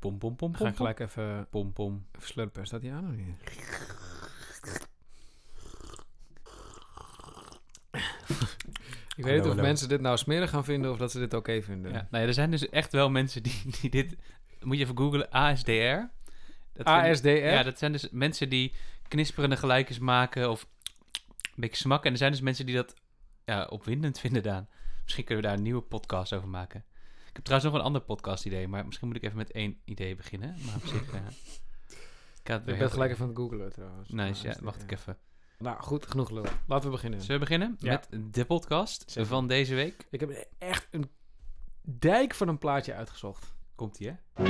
Pom, pom, pom, Ga ik pom. gelijk even Pom, pom. slurpen. Staat die aan of niet? Ik weet niet of hallo. mensen dit nou smerig gaan vinden of dat ze dit oké vinden. Ja, nou ja, er zijn dus echt wel mensen die dit... Moet je even googlen, ASDR. Dat ASDR? Ja, dat zijn dus mensen die knisperende geluidjes maken of een beetje smakken. En er zijn dus mensen die dat opwindend vinden, Daan. Misschien kunnen we daar een nieuwe podcast over maken. Ik heb trouwens nog een ander podcast idee, maar misschien moet ik even met 1 idee beginnen. Maar op zich... Ik ben gelijk even aan het googlen trouwens. Nice, ja, wacht ik even. Nou, goed, genoeg lul. Laten we beginnen. Zullen we beginnen Ja. met de podcast Zeker. van deze week? Ik heb echt een dijk van een plaatje uitgezocht. Komt-ie, hè?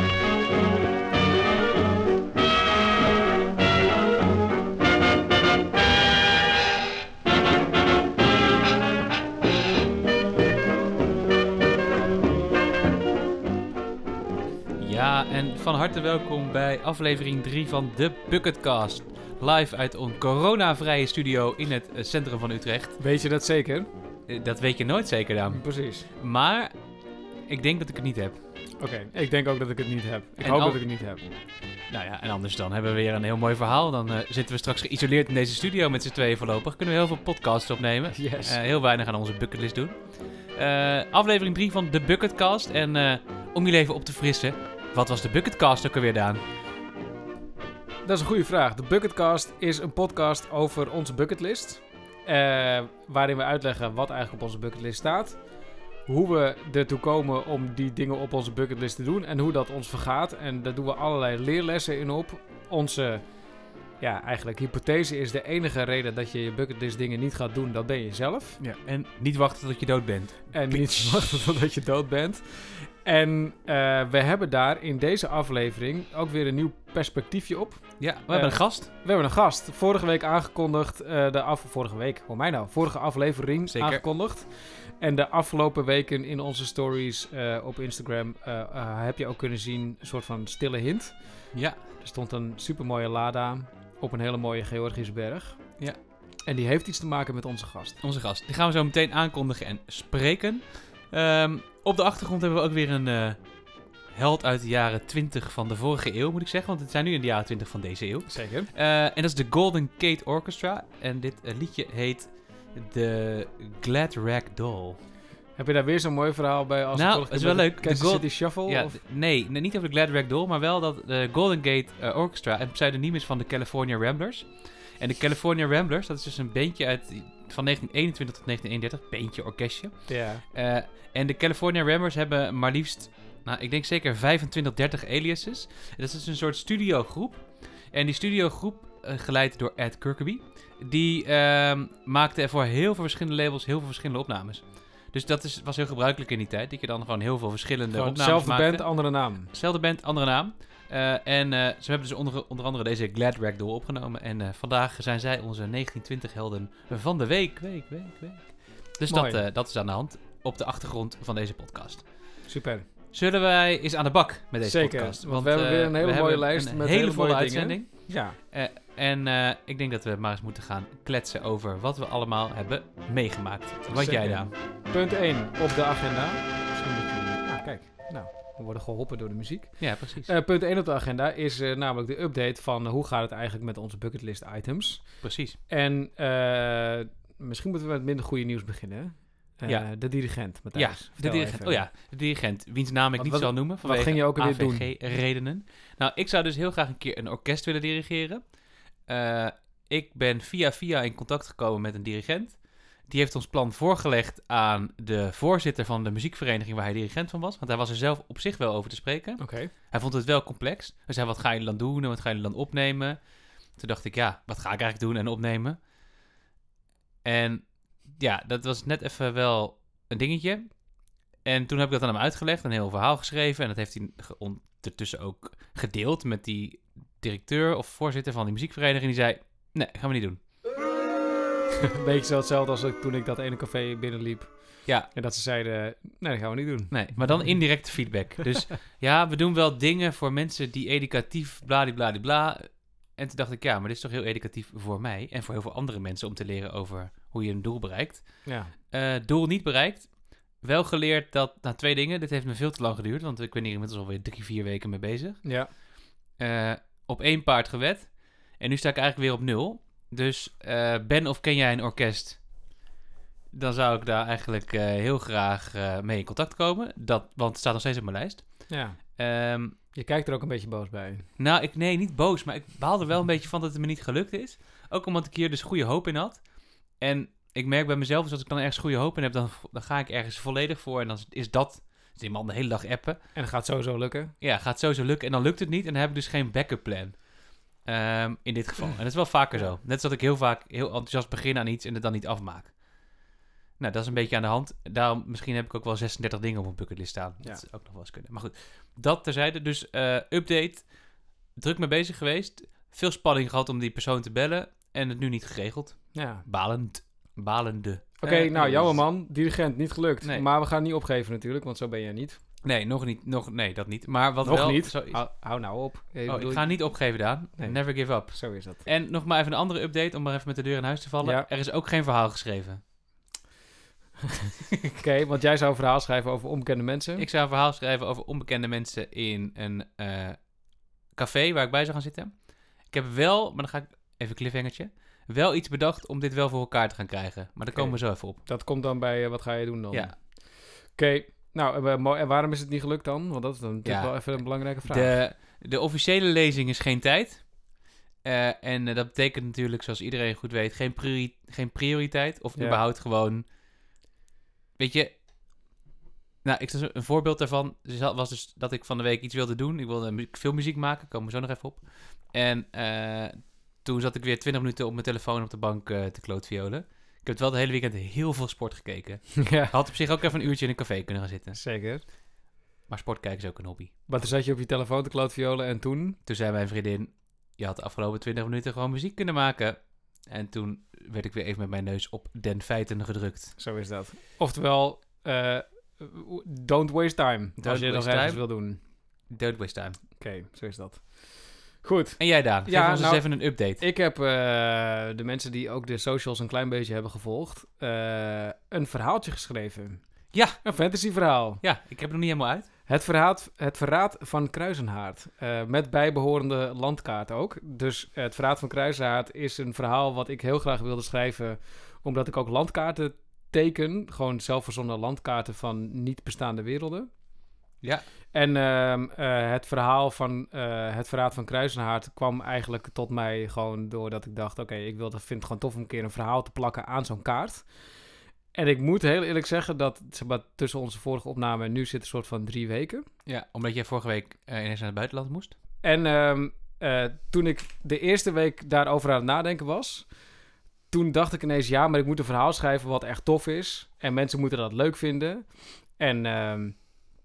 Ja, en van harte welkom bij aflevering 3 van de Bucketcast. Live uit een coronavrije studio in het centrum van Utrecht. Weet je dat zeker? Dat weet je nooit zeker, Daan. Precies. Maar ik denk dat ik het niet heb. Oké, ik denk ook dat ik het niet heb. Ik En hoop al- dat ik het niet heb. Nou ja, en anders dan hebben we weer een heel mooi verhaal. Dan zitten we straks geïsoleerd in deze studio met z'n tweeën voorlopig. Kunnen we heel veel podcasts opnemen. Yes. Heel weinig aan onze bucketlist doen. Aflevering 3 van de Bucketcast. En om jullie even op te frissen. Wat was de Bucketcast ook alweer, Daan? Dat is een goede vraag. De Bucketcast is een podcast over onze bucketlist. Waarin we uitleggen wat eigenlijk op onze bucketlist staat. Hoe we ertoe komen om die dingen op onze bucketlist te doen. En hoe dat ons vergaat. En daar doen we allerlei leerlessen in op. Onze eigenlijk hypothese is de enige reden dat je je bucketlist dingen niet gaat doen. Dat ben je zelf. Ja. En niet wachten tot je dood bent. En niet wachten totdat je dood bent. En we hebben daar in deze aflevering ook weer een nieuw perspectiefje op. Ja, we hebben een gast. We hebben een gast. Vorige week aangekondigd. Vorige aflevering Zeker. aangekondigd. En de afgelopen weken in onze stories op Instagram heb je ook kunnen zien een soort van stille hint. Ja. Er stond een supermooie Lada op een hele mooie Georgische berg. Ja. En die heeft iets te maken met onze gast. Onze gast. Die gaan we zo meteen aankondigen en spreken. Op de achtergrond hebben we ook weer een held uit de jaren 20 van de vorige eeuw, moet ik zeggen. Want het zijn nu in de jaren 20 van deze eeuw. Zeker. En dat is de Golden Gate Orchestra. En dit liedje heet de Glad Rag Doll. Heb je daar weer zo'n mooi verhaal bij? Als Nou, vorige het is keer wel met leuk. de Kansas De Gold- City Shuffle? Ja, of? nee, niet over de Glad Rag Doll, maar wel dat de Golden Gate Orchestra een pseudoniem is van de California Ramblers. En de California Ramblers, dat is dus een bandje van 1921 tot 1931, bandje, orkestje. Ja. En de California Ramblers hebben maar liefst, ik denk zeker 25, 30 aliases. Dat is dus een soort studiogroep. En die studiogroep, geleid door Ed Kirkby, die maakte voor heel veel verschillende labels heel veel verschillende opnames. Dus dat was heel gebruikelijk in die tijd, dat je dan gewoon heel veel verschillende Gewoon opnames zelfde maakte. band, andere naam. Zelfde band, andere naam. Ze hebben dus onder andere deze Glad Rag Doll opgenomen. En vandaag zijn zij onze 1920 helden van de week. Dus Mooi. dat is aan de hand op de achtergrond van deze podcast. Super. Zullen wij eens aan de bak met deze Zeker, podcast? want we hebben weer een hele mooie lijst een met hele hele volle mooie uitzending. Ja. En ik denk dat we maar eens moeten gaan kletsen over wat we allemaal hebben meegemaakt. Wat Zeker. jij, Daan? Punt 1 op de agenda. Misschien moet je... kijk. Nou, we worden geholpen door de muziek. Ja, precies. Punt 1 op de agenda is namelijk de update van hoe gaat het eigenlijk met onze bucketlist items. Precies. En misschien moeten we met minder goede nieuws beginnen. Ja. De dirigent, Ja, Matthijs. de Vertel dirigent. even. Oh ja, de dirigent. Wiens naam ik Wat- niet wat- zal noemen vanwege ging je ook alweer doen? AVG-redenen. Nou, ik zou dus heel graag een keer een orkest willen dirigeren. Ik ben via in contact gekomen met een dirigent. Die heeft ons plan voorgelegd aan de voorzitter van de muziekvereniging waar hij dirigent van was. Want hij was er zelf op zich wel over te spreken. Oké. Hij vond het wel complex. Hij zei, wat gaan jullie dan doen en wat gaan jullie dan opnemen? Toen dacht ik, ja, wat ga ik eigenlijk doen en opnemen? En ja, dat was net even wel een dingetje. En toen heb ik dat aan hem uitgelegd, een heel verhaal geschreven. En dat heeft hij ondertussen ook gedeeld met die directeur of voorzitter van die muziekvereniging. Die zei, nee, gaan we niet doen. Een beetje zo hetzelfde als toen ik dat ene café binnenliep. Ja. En dat ze zeiden, nee, dat gaan we niet doen. Nee, maar dan indirecte feedback. Dus ja, we doen wel dingen voor mensen die educatief bladibladibla. En toen dacht ik, ja, maar dit is toch heel educatief voor mij en voor heel veel andere mensen om te leren over hoe je een doel bereikt. Ja. Doel niet bereikt, wel geleerd dat... Nou, 2 dingen. Dit heeft me veel te lang geduurd. Want ik ben hier inmiddels alweer 3-4 weken mee bezig. Ja. Op 1 paard gewed. En nu sta ik eigenlijk weer op 0. Dus ben of ken jij een orkest? Dan zou ik daar eigenlijk heel graag mee in contact komen. Want het staat nog steeds op mijn lijst. Ja. Ehm, Je kijkt er ook een beetje boos bij. nou, nee, niet boos. Maar ik baal er wel een beetje van dat het me niet gelukt is. Ook omdat ik hier dus goede hoop in had. En ik merk bij mezelf, dus als ik dan ergens goede hoop in heb, dan ga ik ergens volledig voor. En dan is dat... Dus die man de hele dag appen. En dat gaat sowieso lukken. Ja, gaat sowieso lukken. En dan lukt het niet. En dan heb ik dus geen backup plan. In dit geval. En dat is wel vaker zo. Net zoals ik heel vaak heel enthousiast begin aan iets en het dan niet afmaak. Nou, dat is een beetje aan de hand. Daarom, misschien heb ik ook wel 36 dingen op mijn bucketlist staan. Dat Ja. zou ook nog wel eens kunnen. Maar goed, dat terzijde. Dus update. Druk mee bezig geweest. Veel spanning gehad om die persoon te bellen. En het nu niet geregeld. Ja. Balende. Oké, nou, jammer man. Dirigent, niet gelukt. Nee. Maar we gaan niet opgeven natuurlijk, want zo ben jij niet. Nee, nog niet. Nee, dat niet. Maar wat Nog wel... niet? Zo, Hou nou op. ik ga niet opgeven, Daan. Nee. Never give up. Zo is dat. En nog maar even een andere update, om maar even met de deur in huis te vallen. Ja. Er is ook geen verhaal geschreven. Oké, want jij zou een verhaal schrijven over onbekende mensen. Ik zou een verhaal schrijven over onbekende mensen in een café waar ik bij zou gaan zitten. Ik heb wel, maar dan ga ik even een cliffhangertje, wel iets bedacht om dit wel voor elkaar te gaan krijgen. Maar daar komen we zo even op. Dat komt dan bij wat ga je doen dan? Ja. Oké, nou, en waarom is het niet gelukt dan? Want dat is dan natuurlijk wel even een belangrijke vraag. De officiële lezing is geen tijd. En dat betekent natuurlijk, zoals iedereen goed weet, geen prioriteit. Of überhaupt gewoon... Weet je... Nou, een voorbeeld daarvan was dus dat ik van de week iets wilde doen. Ik wilde veel muziek maken. Daar komen we zo nog even op. En toen zat ik weer 20 minuten op mijn telefoon op de bank te klootviolen. Ik heb wel de hele weekend heel veel sport gekeken. Ja, Had op zich ook even een uurtje in een café kunnen gaan zitten. zeker. Maar sport kijken is ook een hobby. Maar toen zat je op je telefoon te klootviolen en toen? Toen zei mijn vriendin... Je had de afgelopen 20 minuten gewoon muziek kunnen maken. En toen werd ik weer even met mijn neus op den feiten gedrukt. Zo is dat. Oftewel, don't waste time. Als je dat ergens wil doen. Don't waste time. Oké, zo is dat. Goed. En jij, Daan? Geef Ja, ons eens even een update. Ik heb de mensen die ook de socials een klein beetje hebben gevolgd, een verhaaltje geschreven. Ja. Een fantasy verhaal. Ja, ik heb het nog niet helemaal uit. Het verraad van Kruisenhaard. Met bijbehorende landkaart ook. Dus het verraad van Kruisenhaard is een verhaal wat ik heel graag wilde schrijven, omdat ik ook landkaarten teken. Gewoon zelfverzonnen landkaarten van niet bestaande werelden. Ja. En het verraad van Kruisenhaard kwam eigenlijk tot mij gewoon doordat ik dacht, oké, ik vind het gewoon tof om een keer een verhaal te plakken aan zo'n kaart. En ik moet heel eerlijk zeggen dat zeg maar, tussen onze vorige opname en nu zit een soort van 3 weken. Ja, omdat jij vorige week ineens naar het buitenland moest. En toen ik de eerste week daarover aan het nadenken was, toen dacht ik ineens, ja, maar ik moet een verhaal schrijven wat echt tof is. En mensen moeten dat leuk vinden. En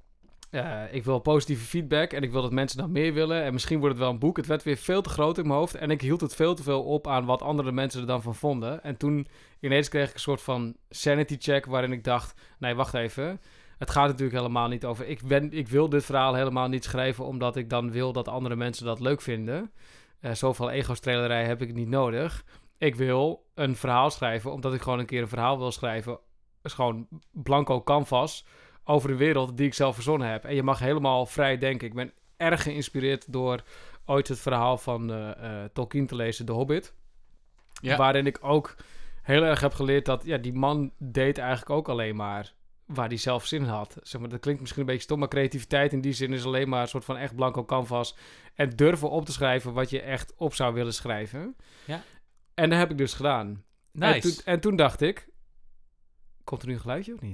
ik wil positieve feedback en ik wil dat mensen dan meer willen. En misschien wordt het wel een boek. Het werd weer veel te groot in mijn hoofd. En ik hield het veel te veel op aan wat andere mensen er dan van vonden. En toen ineens kreeg ik een soort van sanity check waarin ik dacht, nee, wacht even. Het gaat natuurlijk helemaal niet over... Ik wil dit verhaal helemaal niet schrijven omdat ik dan wil dat andere mensen dat leuk vinden. Zoveel ego-strelerij heb ik niet nodig. Ik wil een verhaal schrijven omdat ik gewoon een keer een verhaal wil schrijven. Dus gewoon blanco canvas over de wereld die ik zelf verzonnen heb. En je mag helemaal vrij denken. Ik ben erg geïnspireerd door ooit het verhaal van Tolkien te lezen, The Hobbit. Ja. Waarin ik ook heel erg heb geleerd dat die man deed eigenlijk ook alleen maar waar hij zelf zin in had. Zeg maar, dat klinkt misschien een beetje stom, maar creativiteit in die zin is alleen maar een soort van echt blanco canvas. En durven op te schrijven wat je echt op zou willen schrijven. Ja. En dat heb ik dus gedaan. Nice. En toen dacht ik, komt er nu een geluidje of niet?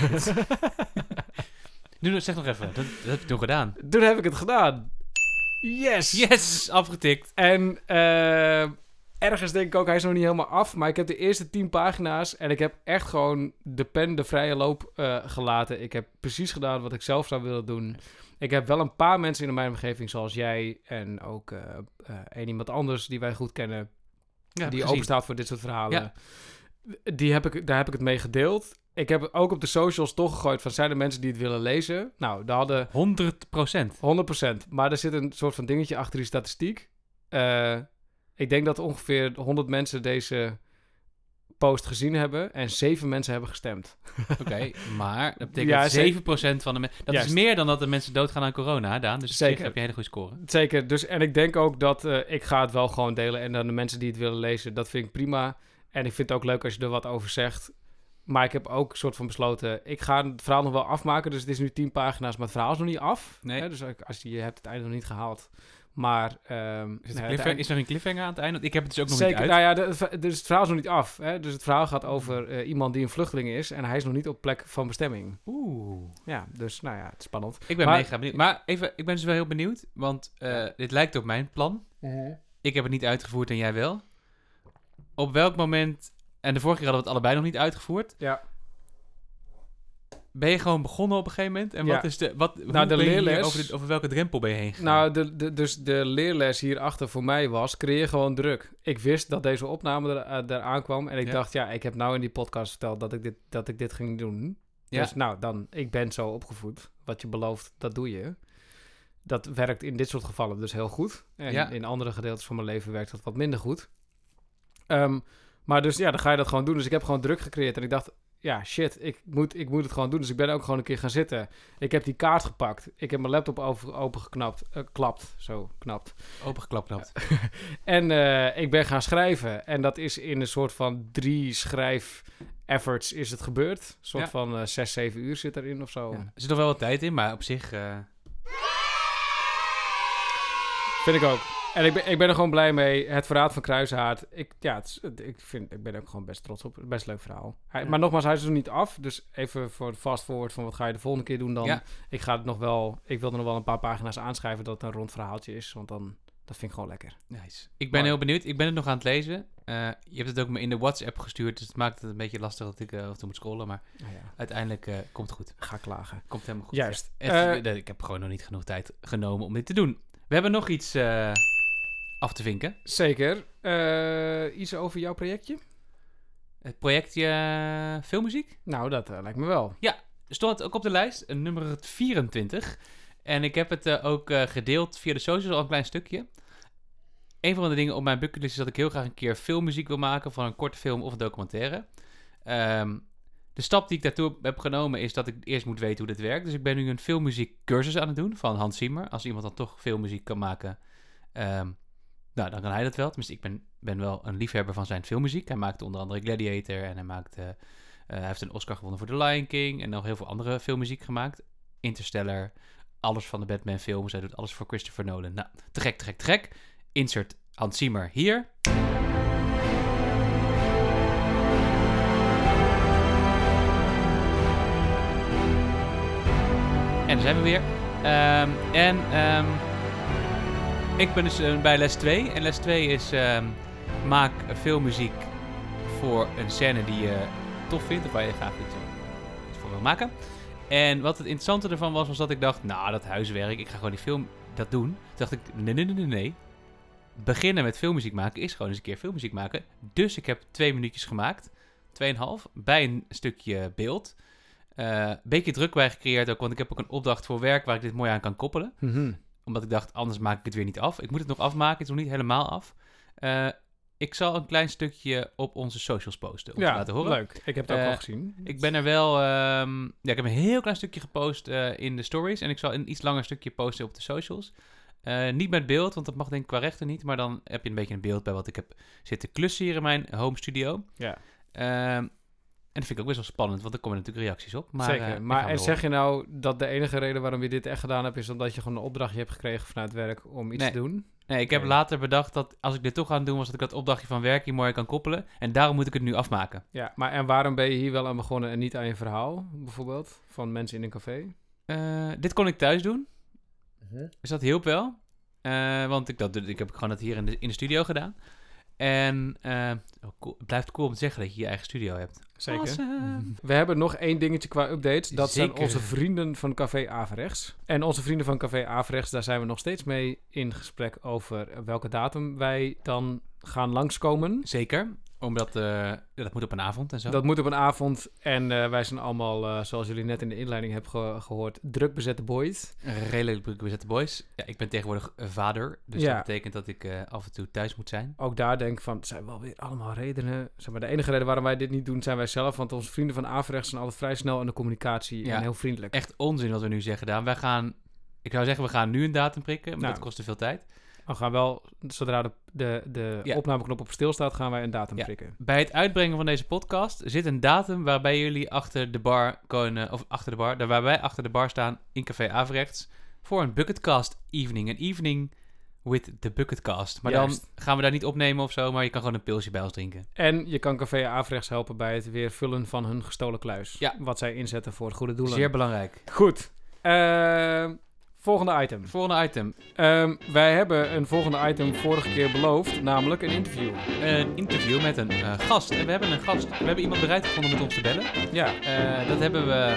Zeg nog even, dat heb je toen gedaan. Toen heb ik het gedaan. Yes! Yes, afgetikt. En ergens denk ik ook, hij is nog niet helemaal af. Maar ik heb de eerste 10 pagina's en ik heb echt gewoon de pen de vrije loop gelaten. Ik heb precies gedaan wat ik zelf zou willen doen. Ik heb wel een paar mensen in mijn omgeving, zoals jij en ook iemand anders die wij goed kennen, die openstaat voor dit soort verhalen. Ja. Daar heb ik het mee gedeeld. Ik heb het ook op de socials toch gegooid van, zijn er mensen die het willen lezen? Nou, daar hadden... 100%. Maar er zit een soort van dingetje achter die statistiek. Ik denk dat ongeveer 100 mensen deze post gezien hebben en 7 mensen hebben gestemd. Oké, maar dat betekent Ja, 7% van de mensen... Dat Juist. is meer dan dat de mensen doodgaan aan corona, Daan. Dus Zeker. zeker heb je een hele goede score. Zeker, dus en ik denk ook dat ik ga het wel gewoon delen en dan de mensen die het willen lezen, dat vind ik prima. En ik vind het ook leuk als je er wat over zegt. Maar ik heb ook een soort van besloten, ik ga het verhaal nog wel afmaken. Dus het is nu 10 pagina's, maar het verhaal is nog niet af. Nee. Hè? Dus als je hebt het einde nog niet gehaald. Maar... Is er een cliffhanger aan het einde? Want ik heb het dus ook nog zeker, niet uit. nou ja, dus het verhaal is nog niet af. Hè? Dus het verhaal gaat over iemand die een vluchteling is en hij is nog niet op plek van bestemming. Oeh. Ja, dus nou ja, het is spannend. Ik ben Maar- mega benieuwd. Maar even, ik ben dus wel heel benieuwd. Want dit lijkt op mijn plan. Ik heb het niet uitgevoerd en jij wel. Op welk moment... En de vorige keer hadden we het allebei nog niet uitgevoerd. Ja. Ben je gewoon begonnen op een gegeven moment? En Ja. wat is de... Hoe Nou, de ben je hier leerles- over welke drempel ben je heen gegaan? Nou, dus de leerles hierachter voor mij was, creëer gewoon druk. Ik wist dat deze opname eraan kwam en ik Ja. dacht, ja, ik heb nou in die podcast verteld dat ik dit ging doen. Ja. Dus nou, dan, ik ben zo opgevoed. Wat je belooft, dat doe je. Dat werkt in dit soort gevallen dus heel goed. En Ja. in andere gedeeltes van mijn leven werkt dat wat minder goed. Maar dus ja, dan ga je dat gewoon doen. Dus ik heb gewoon druk gecreëerd en ik dacht, ja, shit, ik moet het gewoon doen. Dus ik ben ook gewoon een keer gaan zitten. Ik heb die kaart gepakt. Ik heb mijn laptop knapt. Opengeklapt had. En ik ben gaan schrijven. En dat is in een soort van 3 schrijf-efforts is het gebeurd. Een soort Ja. van 6, 7 uur zit erin of zo. Ja. Er zit nog wel wat tijd in, maar op zich... Vind ik ook. En ik ben er gewoon blij mee. Het verraad van Kruishaard. Ik ben er ook gewoon best trots op. Best leuk verhaal. Ja. Maar nogmaals, hij is er nog niet af. Dus even voor de fast forward van wat ga je de volgende keer doen dan. Ja. Ik wil er nog wel een paar pagina's aanschrijven dat het een rond verhaaltje is. Want dan, dat vind ik gewoon lekker. Nice. Ik ben heel benieuwd. Ik ben het nog aan het lezen. Je hebt het ook me in de WhatsApp gestuurd, dus het maakt het een beetje lastig dat ik af en toe moet scrollen. Maar Nou ja, uiteindelijk komt het goed. ga klagen. Komt helemaal goed. Juist. Ja. Ik heb gewoon nog niet genoeg tijd genomen om dit te doen. We hebben nog iets af te vinken. Zeker. Iets over jouw projectje? Het projectje filmmuziek. Nou, dat lijkt me wel. Stond ook op de lijst, nummer 24. En ik heb het ook gedeeld via de socials al een klein stukje. Een van de dingen op mijn bucketlist is dat ik heel graag een keer filmmuziek wil maken van een korte film of een documentaire. De stap die ik daartoe heb genomen is dat ik eerst moet weten hoe dit werkt. Dus ik ben nu een filmmuziekcursus aan het doen van Hans Zimmer. Als iemand dan toch filmmuziek kan maken, nou, dan kan hij dat wel. Tenminste, ik ben wel een liefhebber van zijn filmmuziek. Hij maakte onder andere Gladiator en hij heeft een Oscar gewonnen voor The Lion King en nog heel veel andere filmmuziek gemaakt. Interstellar, alles van de Batman films. Hij doet alles voor Christopher Nolan. Nou, te gek. Insert Hans Zimmer hier. En daar zijn we weer. Ik ben dus bij les 2. En les 2 is maak filmmuziek voor een scène die je tof vindt. Of waar je graag iets voor wil maken. En wat het interessante ervan was dat ik dacht, nou, dat huiswerk, ik ga gewoon die film dat doen. Toen dacht ik, nee. Beginnen met filmmuziek maken is gewoon eens een keer filmmuziek maken. Dus ik heb 2 minuutjes gemaakt. 2,5. Bij een stukje beeld. Beetje druk bij gecreëerd ook, want ik heb ook een opdracht voor werk waar ik dit mooi aan kan koppelen. Omdat ik dacht, anders maak ik het weer niet af. Ik moet het nog afmaken, het is nog niet helemaal af. Ik zal een klein stukje op onze socials posten om te laten horen. Leuk. Ik heb het ook al gezien. Ik ben er wel... ik heb een heel klein stukje gepost in de stories. En ik zal een iets langer stukje posten op de socials. Niet met beeld, want dat mag denk ik qua rechten niet. Maar dan heb je een beetje een beeld bij wat ik heb zitten klussen hier in mijn home studio. Ja. En dat vind ik ook best wel spannend, want er komen natuurlijk reacties op. Maar, Zeker. Maar en zeg je nou dat de enige reden waarom je dit echt gedaan hebt, is omdat je gewoon een opdrachtje hebt gekregen vanuit werk om iets te doen? Nee, ik heb later bedacht dat als ik dit toch aan doen was, dat ik dat opdrachtje van werk hier mooi kan koppelen. En daarom moet ik het nu afmaken. Ja, maar en waarom ben je hier wel aan begonnen en niet aan je verhaal, bijvoorbeeld, van mensen in een café? Dit kon ik thuis doen. Dus dat hielp wel. Want ik heb gewoon dat hier in de studio gedaan. En cool. Het blijft cool om te zeggen dat je je eigen studio hebt. Zeker. Awesome. We hebben nog 1 dingetje qua updates. Dat Zeker. zijn onze vrienden van Café Averechts. En onze vrienden van Café Averechts, daar zijn we nog steeds mee in gesprek over welke datum wij dan gaan langskomen. Zeker. Omdat dat moet op een avond en zo. Dat moet op een avond. En wij zijn allemaal, zoals jullie net in de inleiding hebben gehoord, druk bezette boys. Redelijk druk bezette boys. Ja, ik ben tegenwoordig vader. Dus dat betekent dat ik af en toe thuis moet zijn. Ook daar denk ik van, het zijn wel weer allemaal redenen. Zeg maar, de enige reden waarom wij dit niet doen, zijn wij zelf. Want onze vrienden van Averechts zijn altijd vrij snel in de communicatie en heel vriendelijk. Echt onzin wat we nu zeggen, Daan. Ik zou zeggen, we gaan nu een datum prikken. Maar dat kost te veel tijd. We gaan wel, zodra de opnameknop op stil staat, gaan wij een datum prikken. Bij het uitbrengen van deze podcast zit een datum waarbij jullie achter de bar kunnen, of achter de bar, waar wij achter de bar staan in Café Averechts voor een Bucketcast evening. Een evening with the Bucketcast. Maar dan gaan we daar niet opnemen of zo, maar je kan gewoon een pilsje bij ons drinken. En je kan Café Averechts helpen bij het weer vullen van hun gestolen kluis. Ja. Wat zij inzetten voor goede doelen. Zeer belangrijk. Goed. Volgende item. Wij hebben een volgende item vorige keer beloofd, namelijk een interview. Een interview met een gast. En we hebben een gast. We hebben iemand bereid gevonden met ons te bellen. Ja. Dat hebben we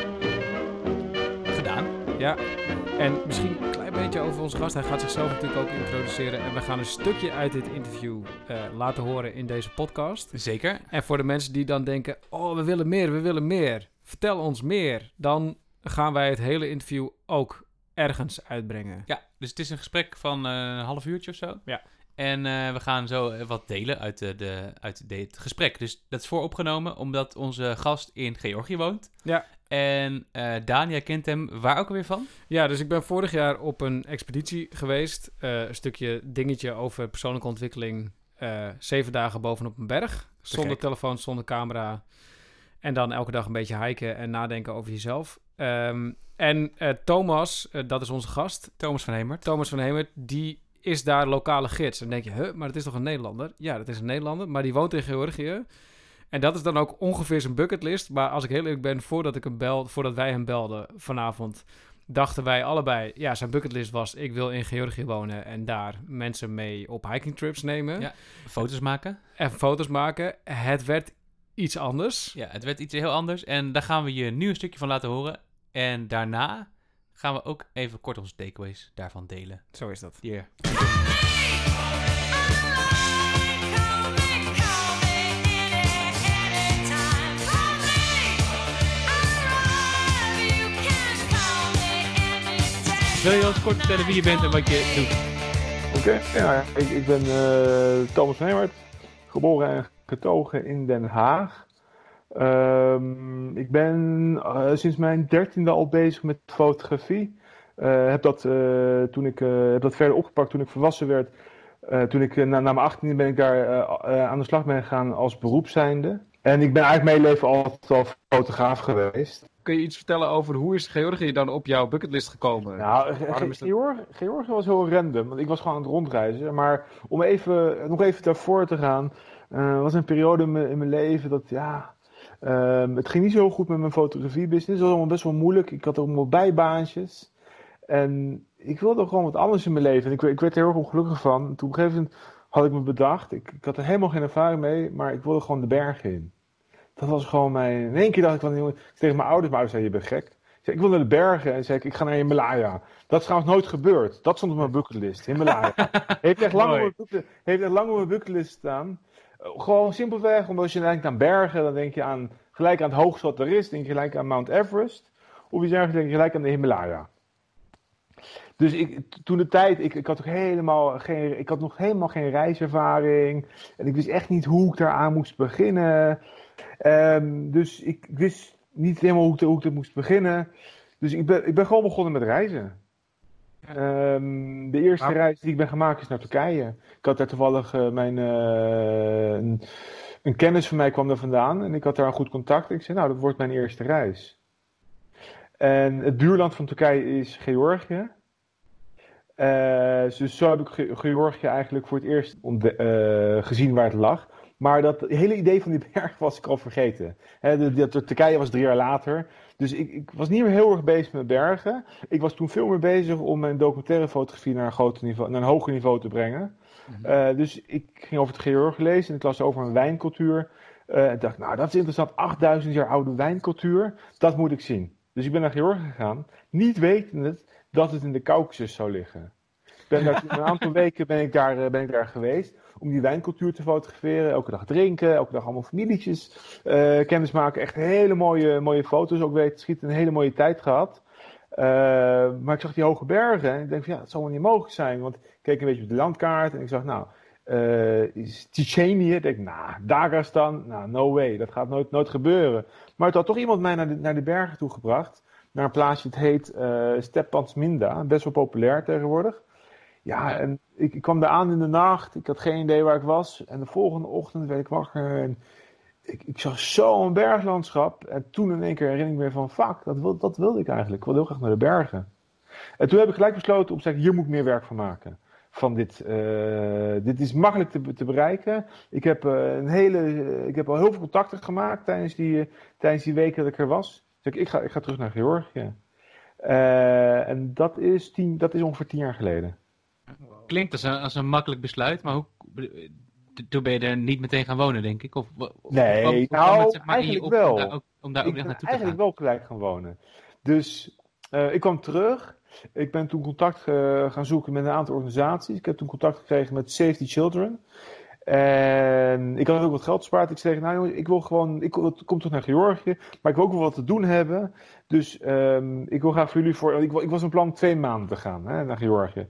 gedaan. Ja. En misschien een klein beetje over onze gast. Hij gaat zichzelf natuurlijk ook introduceren. En we gaan een stukje uit dit interview laten horen in deze podcast. Zeker. En voor de mensen die dan denken, we willen meer. Vertel ons meer. Dan gaan wij het hele interview ook ergens uitbrengen. Ja, dus het is een gesprek van een half uurtje of zo. Ja. En we gaan zo wat delen uit dit gesprek. Dus dat is vooropgenomen omdat onze gast in Georgië woont. Ja. En Daan, jij kent hem waar ook alweer van? Ja, dus ik ben vorig jaar op een expeditie geweest. Een stukje dingetje over persoonlijke ontwikkeling. 7 dagen bovenop een berg. Zonder telefoon, zonder camera. En dan elke dag een beetje hiken en nadenken over jezelf. En Thomas, dat is onze gast. Thomas van Hemert, die is daar lokale gids. En dan denk je, maar dat is toch een Nederlander? Ja, dat is een Nederlander, maar die woont in Georgië. En dat is dan ook ongeveer zijn bucketlist. Maar als ik heel eerlijk ben, voordat wij hem belden vanavond, dachten wij allebei, ja, zijn bucketlist was, ik wil in Georgië wonen en daar mensen mee op hiking trips nemen. Ja, foto's maken. En foto's maken. Het werd iets anders. Ja, het werd iets heel anders. En daar gaan we je nu een stukje van laten horen. En daarna gaan we ook even kort onze takeaways daarvan delen. Zo is dat. Hier. Wil je ons kort vertellen wie je bent en wat je doet? Oké, ik ben Thomas van Hemert, geboren en getogen in Den Haag. Ik ben sinds mijn 13e al bezig met fotografie. Heb dat verder opgepakt toen ik volwassen werd. Na mijn 18e ben ik daar aan de slag gegaan als beroep zijnde. En ik ben eigenlijk mijn leven altijd al fotograaf geweest. Kun je iets vertellen over hoe is Georgië dan op jouw bucketlist gekomen? Nou, Georgië was heel random, want ik was gewoon aan het rondreizen. Maar om nog even daarvoor te gaan, was een periode in mijn leven dat, het ging niet zo goed met mijn fotografiebusiness. Het was allemaal best wel moeilijk. Ik had allemaal bijbaantjes. En ik wilde gewoon wat anders in mijn leven. En ik werd er heel erg ongelukkig van. En toen op een gegeven moment had ik me bedacht. Ik had er helemaal geen ervaring mee, maar ik wilde gewoon de bergen in. Dat was gewoon mijn... In één keer dacht ik tegen mijn ouders zeiden, je bent gek. Ik zei, ik wil naar de bergen. En zei ik ga naar Himalaya. Dat is trouwens nooit gebeurd. Dat stond op mijn bucketlist, Himalaya. Heeft echt lang op mijn bucketlist staan. Gewoon simpelweg, omdat als je denkt aan bergen, dan denk je gelijk aan het hoogste wat er is. Denk je gelijk aan Mount Everest. Of iets dergelijks, denk je gelijk aan de Himalaya. Dus ik had nog helemaal geen reiservaring. En ik wist echt niet hoe ik daaraan moest beginnen. Dus ik wist niet helemaal hoe ik dat moest beginnen. Dus ik ben gewoon begonnen met reizen. De eerste reis die ik ben gemaakt is naar Turkije. Ik had daar toevallig een kennis van mij kwam daar vandaan. En ik had daar een goed contact. Ik zei, dat wordt mijn eerste reis. En het buurland van Turkije is Georgië. Dus zo heb ik Georgië eigenlijk voor het eerst gezien waar het lag. Maar dat hele idee van die berg was ik al vergeten. Turkije was 3 jaar later. Dus ik was niet meer heel erg bezig met bergen. Ik was toen veel meer bezig om mijn documentaire fotografie naar een hoger niveau te brengen. Mm-hmm. Dus ik ging over het Georgië lezen en ik las over een wijncultuur. En dacht, dat is interessant. 8000 jaar oude wijncultuur. Dat moet ik zien. Dus ik ben naar Georgië gegaan. Niet wetende dat het in de Caucasus zou liggen. Ben daar toen een aantal weken ben ik daar geweest om die wijncultuur te fotograferen. Elke dag drinken, elke dag allemaal familietjes kennis maken. Echt hele mooie foto's ook weten schieten. Een hele mooie tijd gehad. Maar ik zag die hoge bergen en ik denk van ja, dat zal wel niet mogelijk zijn. Want ik keek een beetje op de landkaart en ik zag nou, is Tsjetsjenië? Ik denk, Dagestan, no way, dat gaat nooit gebeuren. Maar het had toch iemand mij naar de bergen toe gebracht. Naar een plaatsje, het heet Stepantsminda, best wel populair tegenwoordig. Ja, en ik kwam daar aan in de nacht, ik had geen idee waar ik was. En de volgende ochtend werd ik wakker en ik zag zo'n berglandschap. En toen in één keer herinner ik me van, fuck, dat wilde ik eigenlijk. Ik wilde heel graag naar de bergen. En toen heb ik gelijk besloten om te zeggen, hier moet ik meer werk van maken. Van dit is makkelijk te bereiken. Ik heb al heel veel contacten gemaakt tijdens die weken dat ik er was. Dus ik ga terug naar Georgië. En dat is ongeveer 10 jaar geleden. Klinkt als een makkelijk besluit, maar toen ben je er niet meteen gaan wonen, denk ik? Nee, eigenlijk wel. Om daar ook nog naartoe te gaan? Eigenlijk wel gelijk gaan wonen. Dus ik kwam terug. Ik ben toen contact gaan zoeken met een aantal organisaties. Ik heb toen contact gekregen met Save the Children. En ik had ook wat geld gespaard. Ik zei, nou jongens, ik kom terug naar Georgië, maar ik wil ook wel wat te doen hebben. Dus ik wil graag voor jullie ik was van plan 2 maanden te gaan naar Georgië.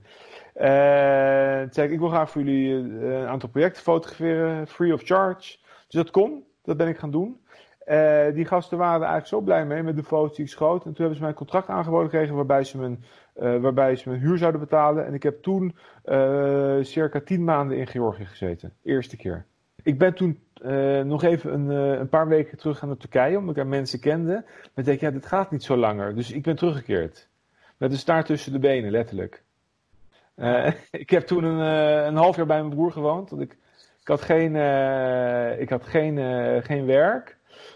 Toen zei ik wil graag voor jullie een aantal projecten fotograferen, free of charge. Dus dat kon, dat ben ik gaan doen. Die gasten waren er eigenlijk zo blij mee met de foto's die ik schoot. En toen hebben ze mij een contract aangeboden gekregen waarbij ze mijn huur zouden betalen. En ik heb toen circa 10 maanden in Georgië gezeten. Eerste keer. Ik ben toen nog even een paar weken teruggegaan naar Turkije, omdat ik daar mensen kende. Maar ik denk, ja, dit gaat niet zo langer. Dus ik ben teruggekeerd. Met een staart tussen de benen, letterlijk. Ik heb toen een half jaar bij mijn broer gewoond. Want ik had geen werk.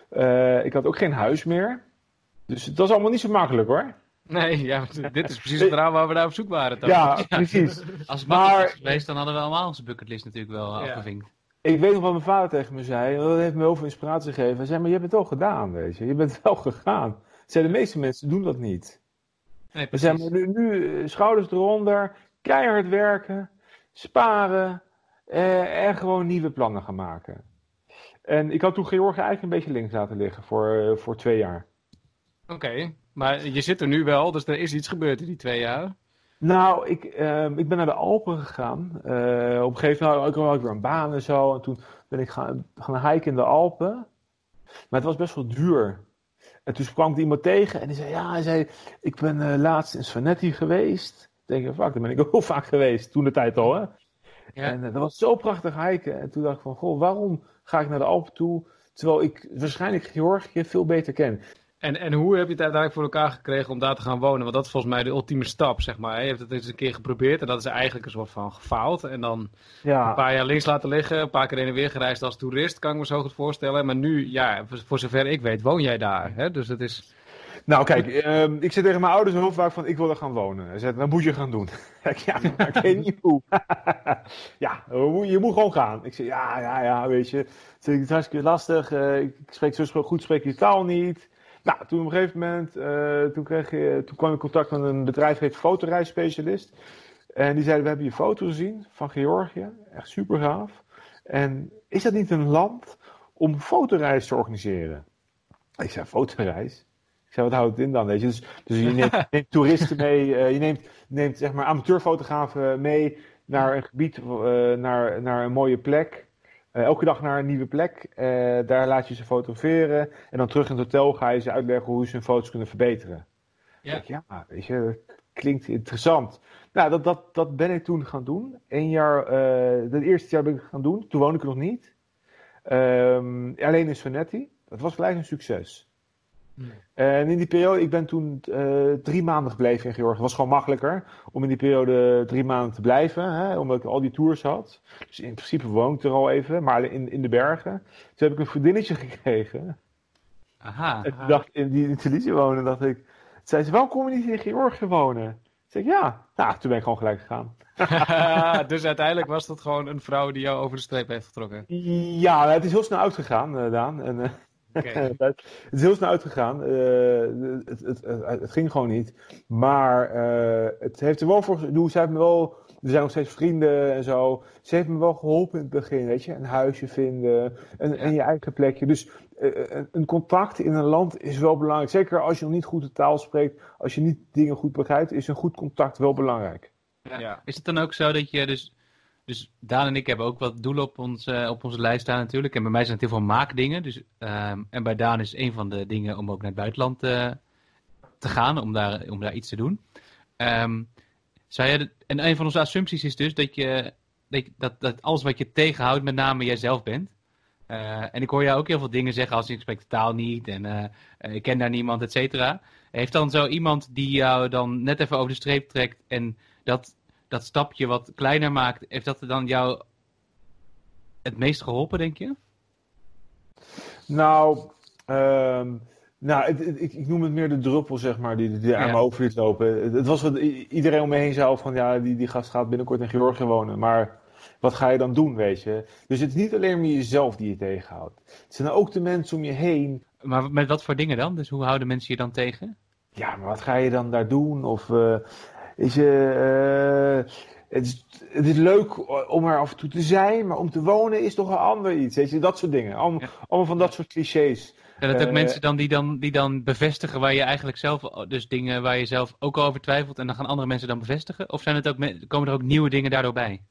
Ik had ook geen huis meer. Dus het was allemaal niet zo makkelijk hoor. Nee, ja, dit is precies het verhaal waar we naar op zoek waren. Ja, precies. Als het makkelijk was geweest, dan hadden we allemaal onze bucketlist natuurlijk wel afgevinkt. Ik weet nog wat mijn vader tegen me zei. Dat heeft me heel veel inspiratie gegeven. Hij zei, maar je hebt het wel gedaan, weet je. Je bent wel gegaan. De meeste mensen doen dat niet. Nee, we zijn nu schouders eronder, keihard werken, sparen en gewoon nieuwe plannen gaan maken. En ik had toen Georgië eigenlijk een beetje links laten liggen voor 2 jaar. Oké, maar je zit er nu wel, dus er is iets gebeurd in die 2 jaar. Nou, ik ben naar de Alpen gegaan. Op een gegeven moment had ik weer een baan en zo. En toen ben ik gaan hiken in de Alpen. Maar het was best wel duur. En toen kwam ik iemand tegen en hij zei, ik ben laatst in Svaneti geweest. Ik denk, fuck, daar ben ik ook heel vaak geweest, toen de tijd al, hè. Ja. En dat was zo prachtig hiken. En toen dacht ik van, goh, waarom ga ik naar de Alpen toe, terwijl ik waarschijnlijk Georgië veel beter ken. En hoe heb je het uiteindelijk voor elkaar gekregen om daar te gaan wonen? Want dat is volgens mij de ultieme stap, zeg maar. Je hebt het eens een keer geprobeerd en dat is eigenlijk een soort van gefaald. En dan een paar jaar links laten liggen, een paar keer heen en weer gereisd als toerist, kan ik me zo goed voorstellen. Maar nu, ja, voor zover ik weet, woon jij daar. Hè? Dus het is... Nou kijk, ik zeg tegen mijn ouders heel vaak van, ik wil er gaan wonen. Ze zeggen, dat moet je gaan doen. Ja, maar ik weet niet hoe. Ja, je moet gewoon gaan. Ik zeg, ja, weet je. Het is hartstikke lastig. Ik spreek zo goed, spreek je taal niet. Nou, toen op een gegeven moment, toen kwam ik in contact met een bedrijf, heet Fotoreisspecialist. En die zeiden, we hebben je foto gezien van Georgië. Echt super gaaf. En is dat niet een land om fotoreis te organiseren? Ik zei, fotoreis? Ik zei, wat houdt het in dan? Weet je? Dus je neemt toeristen mee, je neemt zeg maar amateurfotografen mee naar een gebied, naar een mooie plek. Elke dag naar een nieuwe plek. Daar laat je ze fotograferen. En dan terug in het hotel ga je ze uitleggen hoe ze hun foto's kunnen verbeteren. Ja, weet je, dat klinkt interessant. Nou, dat ben ik toen gaan doen. Het eerste jaar ben ik gaan doen. Toen woonde ik er nog niet. Alleen in Svaneti. Dat was gelijk een succes. En in die periode, ik ben toen 3 maanden gebleven in Georgië. Het was gewoon makkelijker om in die periode 3 maanden te blijven, hè, omdat ik al die tours had. Dus in principe woon ik er al even, maar in de bergen. Toen heb ik een vriendinnetje gekregen. Aha. En die in Tunesië wonen, dacht ik. Zei ze, waarom kom je niet in Georgië wonen? Toen zei ik, ja. Nou, toen ben ik gewoon gelijk gegaan. Dus uiteindelijk was dat gewoon een vrouw die jou over de streep heeft getrokken? Ja, het is heel snel uitgegaan, Daan. En, Okay. Het is heel snel uitgegaan. Het ging gewoon niet. Maar het heeft er wel voor. Zij heeft me wel Er zijn nog steeds vrienden en zo. Ze heeft me wel geholpen in het begin, weet je. Een huisje vinden, en je eigen plekje. Dus een contact in een land is wel belangrijk. Zeker als je nog niet goed de taal spreekt, als je niet dingen goed begrijpt, is een goed contact wel belangrijk. Ja. Is het dan ook zo dat je dus Daan en ik hebben ook wat doelen op onze lijst staan natuurlijk. En bij mij zijn het heel veel maakdingen. Dus, en bij Daan is een van de dingen om ook naar het buitenland te gaan, om daar iets te doen. En een van onze assumpties is dus dat alles wat je tegenhoudt met name jijzelf bent. En ik hoor jou ook heel veel dingen zeggen als ik spreek de taal niet en ik ken daar niemand, et cetera. Heeft dan zo iemand die jou dan net even over de streep trekt en dat stapje wat kleiner maakt, heeft dat er dan jou het meest geholpen, denk je? Ik noem het meer de druppel, zeg maar, die aan mijn over liet lopen. Het was wat iedereen om me heen zei van, die gast gaat binnenkort in Georgië wonen. Maar wat ga je dan doen, weet je? Dus het is niet alleen maar jezelf die je tegenhoudt. Het zijn ook de mensen om je heen. Maar met wat voor dingen dan? Dus hoe houden mensen je dan tegen? Ja, maar wat ga je dan daar doen? Of het is leuk om er af en toe te zijn, maar om te wonen is toch een ander iets. Weet je, dat soort dingen. Allemaal van dat soort clichés. Zijn dat ook mensen die dan bevestigen waar je eigenlijk zelf, dus dingen waar je zelf ook al over twijfelt en dan gaan andere mensen dan bevestigen? Of komen er ook nieuwe dingen daardoor bij?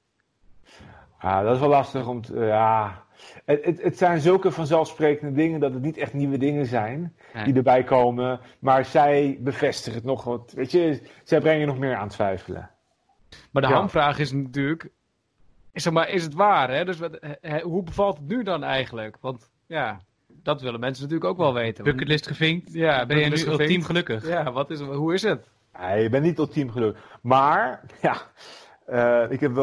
Dat is wel lastig om te... Het zijn zulke vanzelfsprekende dingen dat het niet echt nieuwe dingen zijn die erbij komen. Maar zij bevestigen het nog wat. Weet je, zij brengen je nog meer aan twijfelen. Maar de hamvraag is natuurlijk, is het waar? Hè? Dus hoe bevalt het nu dan eigenlijk? Want dat willen mensen natuurlijk ook wel weten. Bucketlist gevinkt. Ja, ben je nu ultiem gelukkig? Ja, hoe is het? Nee, je bent niet ultiem gelukkig. Maar, ik ben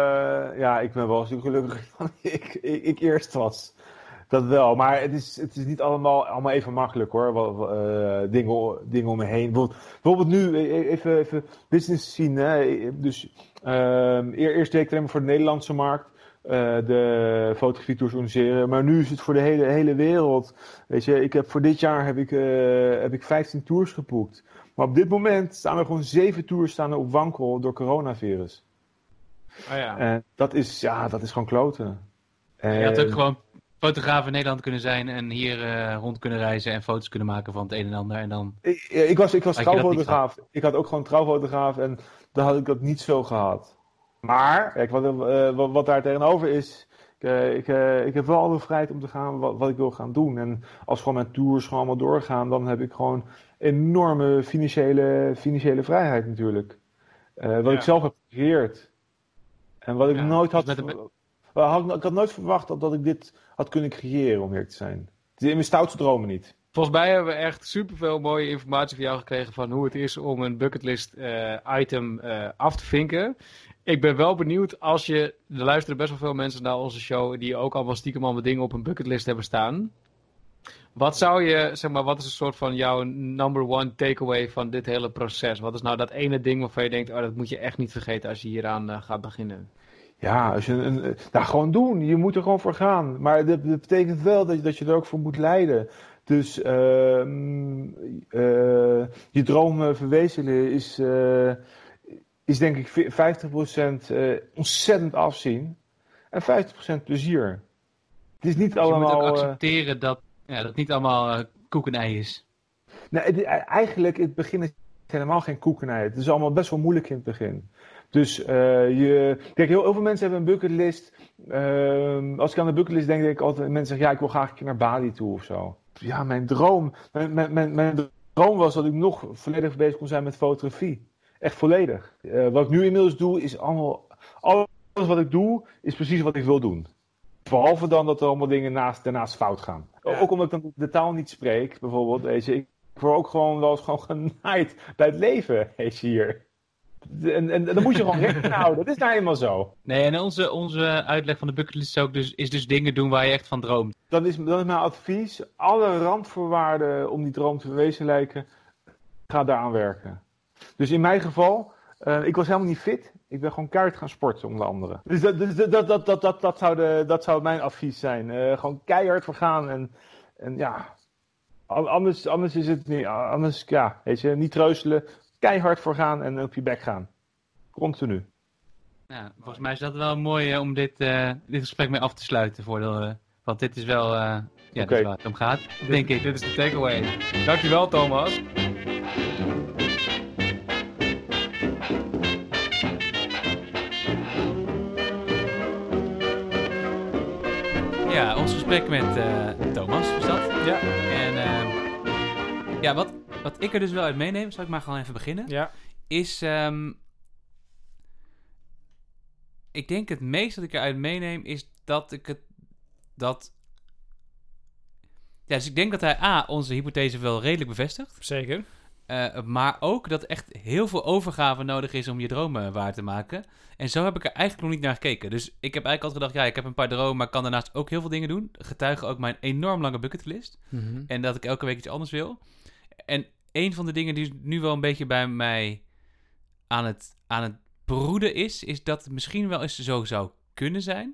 wel een stuk gelukkiger dan ik eerst was. Dat wel, maar het is niet allemaal even makkelijk hoor. Dingen om me heen. Bijvoorbeeld nu, even business zien. Hè. Dus eerst deed ik alleen maar voor de Nederlandse markt. De fotografietours organiseren. Maar nu is het voor de hele wereld. Weet je, voor dit jaar heb ik 15 tours geboekt. Maar op dit moment staan er gewoon 7 tours op wankel door coronavirus. En dat is gewoon kloten. Je had ook gewoon fotograaf in Nederland kunnen zijn en hier rond kunnen reizen en foto's kunnen maken van het een en ander. En dan... Ik was trouwfotograaf. Ik had ook gewoon trouwfotograaf en dan had ik dat niet zo gehad. Maar, kijk, wat daar tegenover is, ik heb wel alle vrijheid om te gaan wat ik wil gaan doen. En als gewoon mijn tours gewoon allemaal doorgaan, dan heb ik gewoon enorme financiële vrijheid natuurlijk. Wat ik zelf heb gecreëerd. En wat ik nooit had... Ik had nooit verwacht dat ik dit had kunnen creëren, om eerlijk te zijn. Het is in mijn stoutste dromen niet. Volgens mij hebben we echt superveel mooie informatie van jou gekregen van hoe het is om een bucketlist item af te vinken. Ik ben wel benieuwd, er luisteren best wel veel mensen naar onze show die ook allemaal stiekem allemaal dingen op een bucketlist hebben staan. Wat is een soort van jouw number one takeaway van dit hele proces? Wat is nou dat ene ding waarvan je denkt, dat moet je echt niet vergeten als je hieraan gaat beginnen? Ja, als je gewoon doen. Je moet er gewoon voor gaan. Maar dat betekent wel dat je er ook voor moet lijden. Dus je droom verwezenlijken is denk ik 50% ontzettend afzien en 50% plezier. Het is niet dus allemaal... je moet ook accepteren dat het niet allemaal koek en ei is. Nee, eigenlijk in het begin is het helemaal geen koek en ei. Het is allemaal best wel moeilijk in het begin. Dus kijk, heel veel mensen hebben een bucketlist. Als ik aan de bucketlist denk ik altijd, mensen zeggen, ik wil graag een keer naar Bali toe of zo. Ja, mijn droom was dat ik nog volledig bezig kon zijn met fotografie. Echt volledig. Wat ik nu inmiddels doe, is allemaal... Alles wat ik doe, is precies wat ik wil doen. Behalve dan dat er allemaal dingen daarnaast fout gaan. Ja. Ook omdat ik dan de taal niet spreek, bijvoorbeeld. Weet je, ik word ook gewoon wel eens genaaid bij het leven, weet je hier. En dan moet je gewoon rekening houden. Dat is nou eenmaal zo. Nee, en onze uitleg van de bucketlist is dus dingen doen waar je echt van droomt. Dat is mijn advies. Alle randvoorwaarden om die droom te verwezenlijken, ga daaraan werken. Dus in mijn geval, ik was helemaal niet fit. Ik ben gewoon keihard gaan sporten, onder andere. Dus dat zou mijn advies zijn. Gewoon keihard voor gaan. En ja, anders is het niet. Anders, weet je, niet treuzelen. Keihard voor gaan en op je bek gaan. Continu. Nou, volgens mij is dat wel mooi om dit gesprek mee af te sluiten. Want dit is wel, dit is waar het om gaat, denk ik. Dit is de takeaway. Dankjewel, Thomas. Ja, ons gesprek met Thomas was dat. Ja. En wat ik er dus wel uit meeneem, zal ik maar gewoon even beginnen, is... ik denk het meest dat ik eruit meeneem is dat ik het... Ja, dus ik denk dat hij onze hypothese wel redelijk bevestigt. Zeker. Maar ook dat echt heel veel overgave nodig is om je dromen waar te maken. En zo heb ik er eigenlijk nog niet naar gekeken. Dus ik heb eigenlijk altijd gedacht, ik heb een paar dromen, maar ik kan daarnaast ook heel veel dingen doen. Getuigen ook mijn enorm lange bucketlist. Mm-hmm. En dat ik elke week iets anders wil. En een van de dingen die nu wel een beetje bij mij aan het broeden is dat het misschien wel eens zo zou kunnen zijn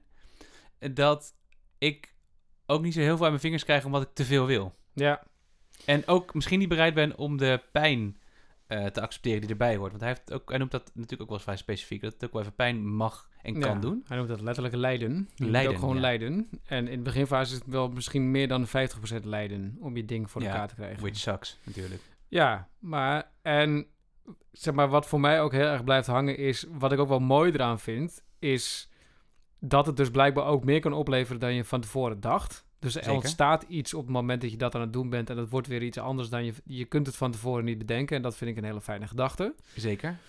dat ik ook niet zo heel veel aan mijn vingers krijg omdat ik te veel wil. Ja. En ook misschien niet bereid ben om de pijn te accepteren die erbij hoort. Want hij noemt dat natuurlijk ook wel eens vrij specifiek, dat het ook wel even pijn mag en kan doen. Hij noemt dat letterlijk lijden. Je lijden, moet ook gewoon lijden. En in de beginfase is het wel misschien meer dan 50% lijden om je ding voor elkaar te krijgen. Which sucks, natuurlijk. Ja, maar en zeg maar wat voor mij ook heel erg blijft hangen is, wat ik ook wel mooi eraan vind, is dat het dus blijkbaar ook meer kan opleveren dan je van tevoren dacht. Dus er ontstaat iets op het moment dat je dat aan het doen bent en dat wordt weer iets anders dan je kunt het van tevoren niet bedenken. En dat vind ik een hele fijne gedachte. Zeker.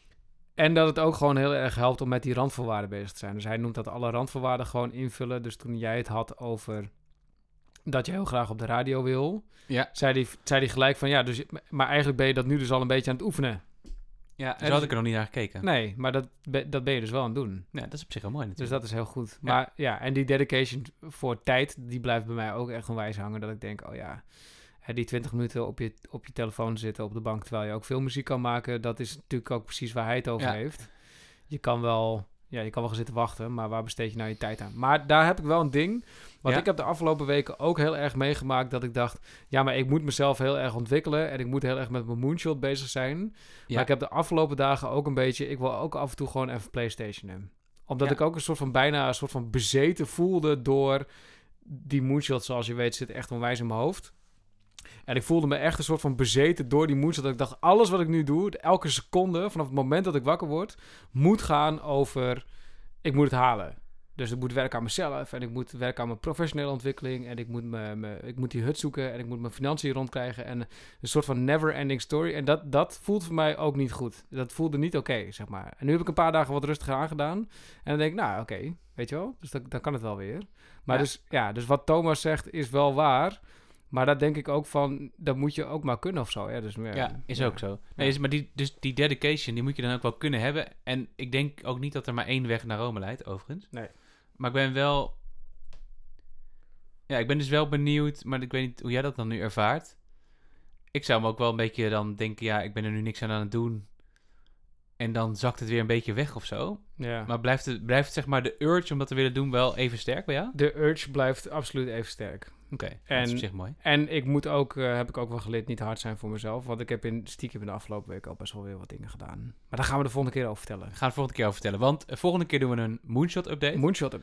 En dat het ook gewoon heel erg helpt om met die randvoorwaarden bezig te zijn. Dus hij noemt dat alle randvoorwaarden gewoon invullen. Dus toen jij het had over dat je heel graag op de radio wil, zei hij gelijk van maar eigenlijk ben je dat nu dus al een beetje aan het oefenen. Ja, zo had ik er nog niet naar gekeken. Nee, maar dat ben je dus wel aan het doen. Ja, dat is op zich wel mooi natuurlijk. Dus dat is heel goed. Maar en die dedication voor tijd, die blijft bij mij ook echt onwijs hangen. Dat ik denk, die 20 minuten op je telefoon zitten op de bank, terwijl je ook veel muziek kan maken, dat is natuurlijk ook precies waar hij het over heeft. Je kan wel gaan zitten wachten, maar waar besteed je nou je tijd aan? Maar daar heb ik wel een ding. Want ik heb de afgelopen weken ook heel erg meegemaakt dat ik dacht, maar ik moet mezelf heel erg ontwikkelen en ik moet heel erg met mijn moonshot bezig zijn. Ja. Maar ik heb de afgelopen dagen ook een beetje, ik wil ook af en toe gewoon even PlayStation hebben. Omdat ik ook bijna een soort van bezeten voelde door die moonshot, zoals je weet, zit echt onwijs in mijn hoofd. En ik voelde me echt een soort van bezeten door die moonshot. Dat ik dacht, alles wat ik nu doe, elke seconde, vanaf het moment dat ik wakker word, moet gaan over, ik moet het halen. Dus ik moet werken aan mezelf en ik moet werken aan mijn professionele ontwikkeling en ik moet die hut zoeken en ik moet mijn financiën rondkrijgen en een soort van never-ending story. En dat voelt voor mij ook niet goed. Dat voelde niet oké, zeg maar. En nu heb ik een paar dagen wat rustiger aangedaan en dan denk ik, oké, weet je wel, dus dan kan het wel weer. Maar dus wat Thomas zegt is wel waar. Maar daar denk ik ook van, dat moet je ook maar kunnen of zo. Ja, dus, is ook zo. Nee, maar die dedication, die moet je dan ook wel kunnen hebben. En ik denk ook niet dat er maar één weg naar Rome leidt, overigens. Nee. Maar ik ben wel... Ja, ik ben dus wel benieuwd, maar ik weet niet hoe jij dat dan nu ervaart. Ik zou me ook wel een beetje dan denken, ik ben er nu niks aan het doen. En dan zakt het weer een beetje weg of zo. Ja. Maar blijft zeg maar de urge om dat te willen doen wel even sterk bij jou? De urge blijft absoluut even sterk. Oké, dat is op zich mooi. En ik moet ook, heb ik ook wel geleerd, niet hard zijn voor mezelf. Want ik heb stiekem in de afgelopen week al best wel weer wat dingen gedaan. Maar daar gaan we de volgende keer over vertellen. Gaan we de volgende keer over vertellen. Want de volgende keer doen we een moonshot-update.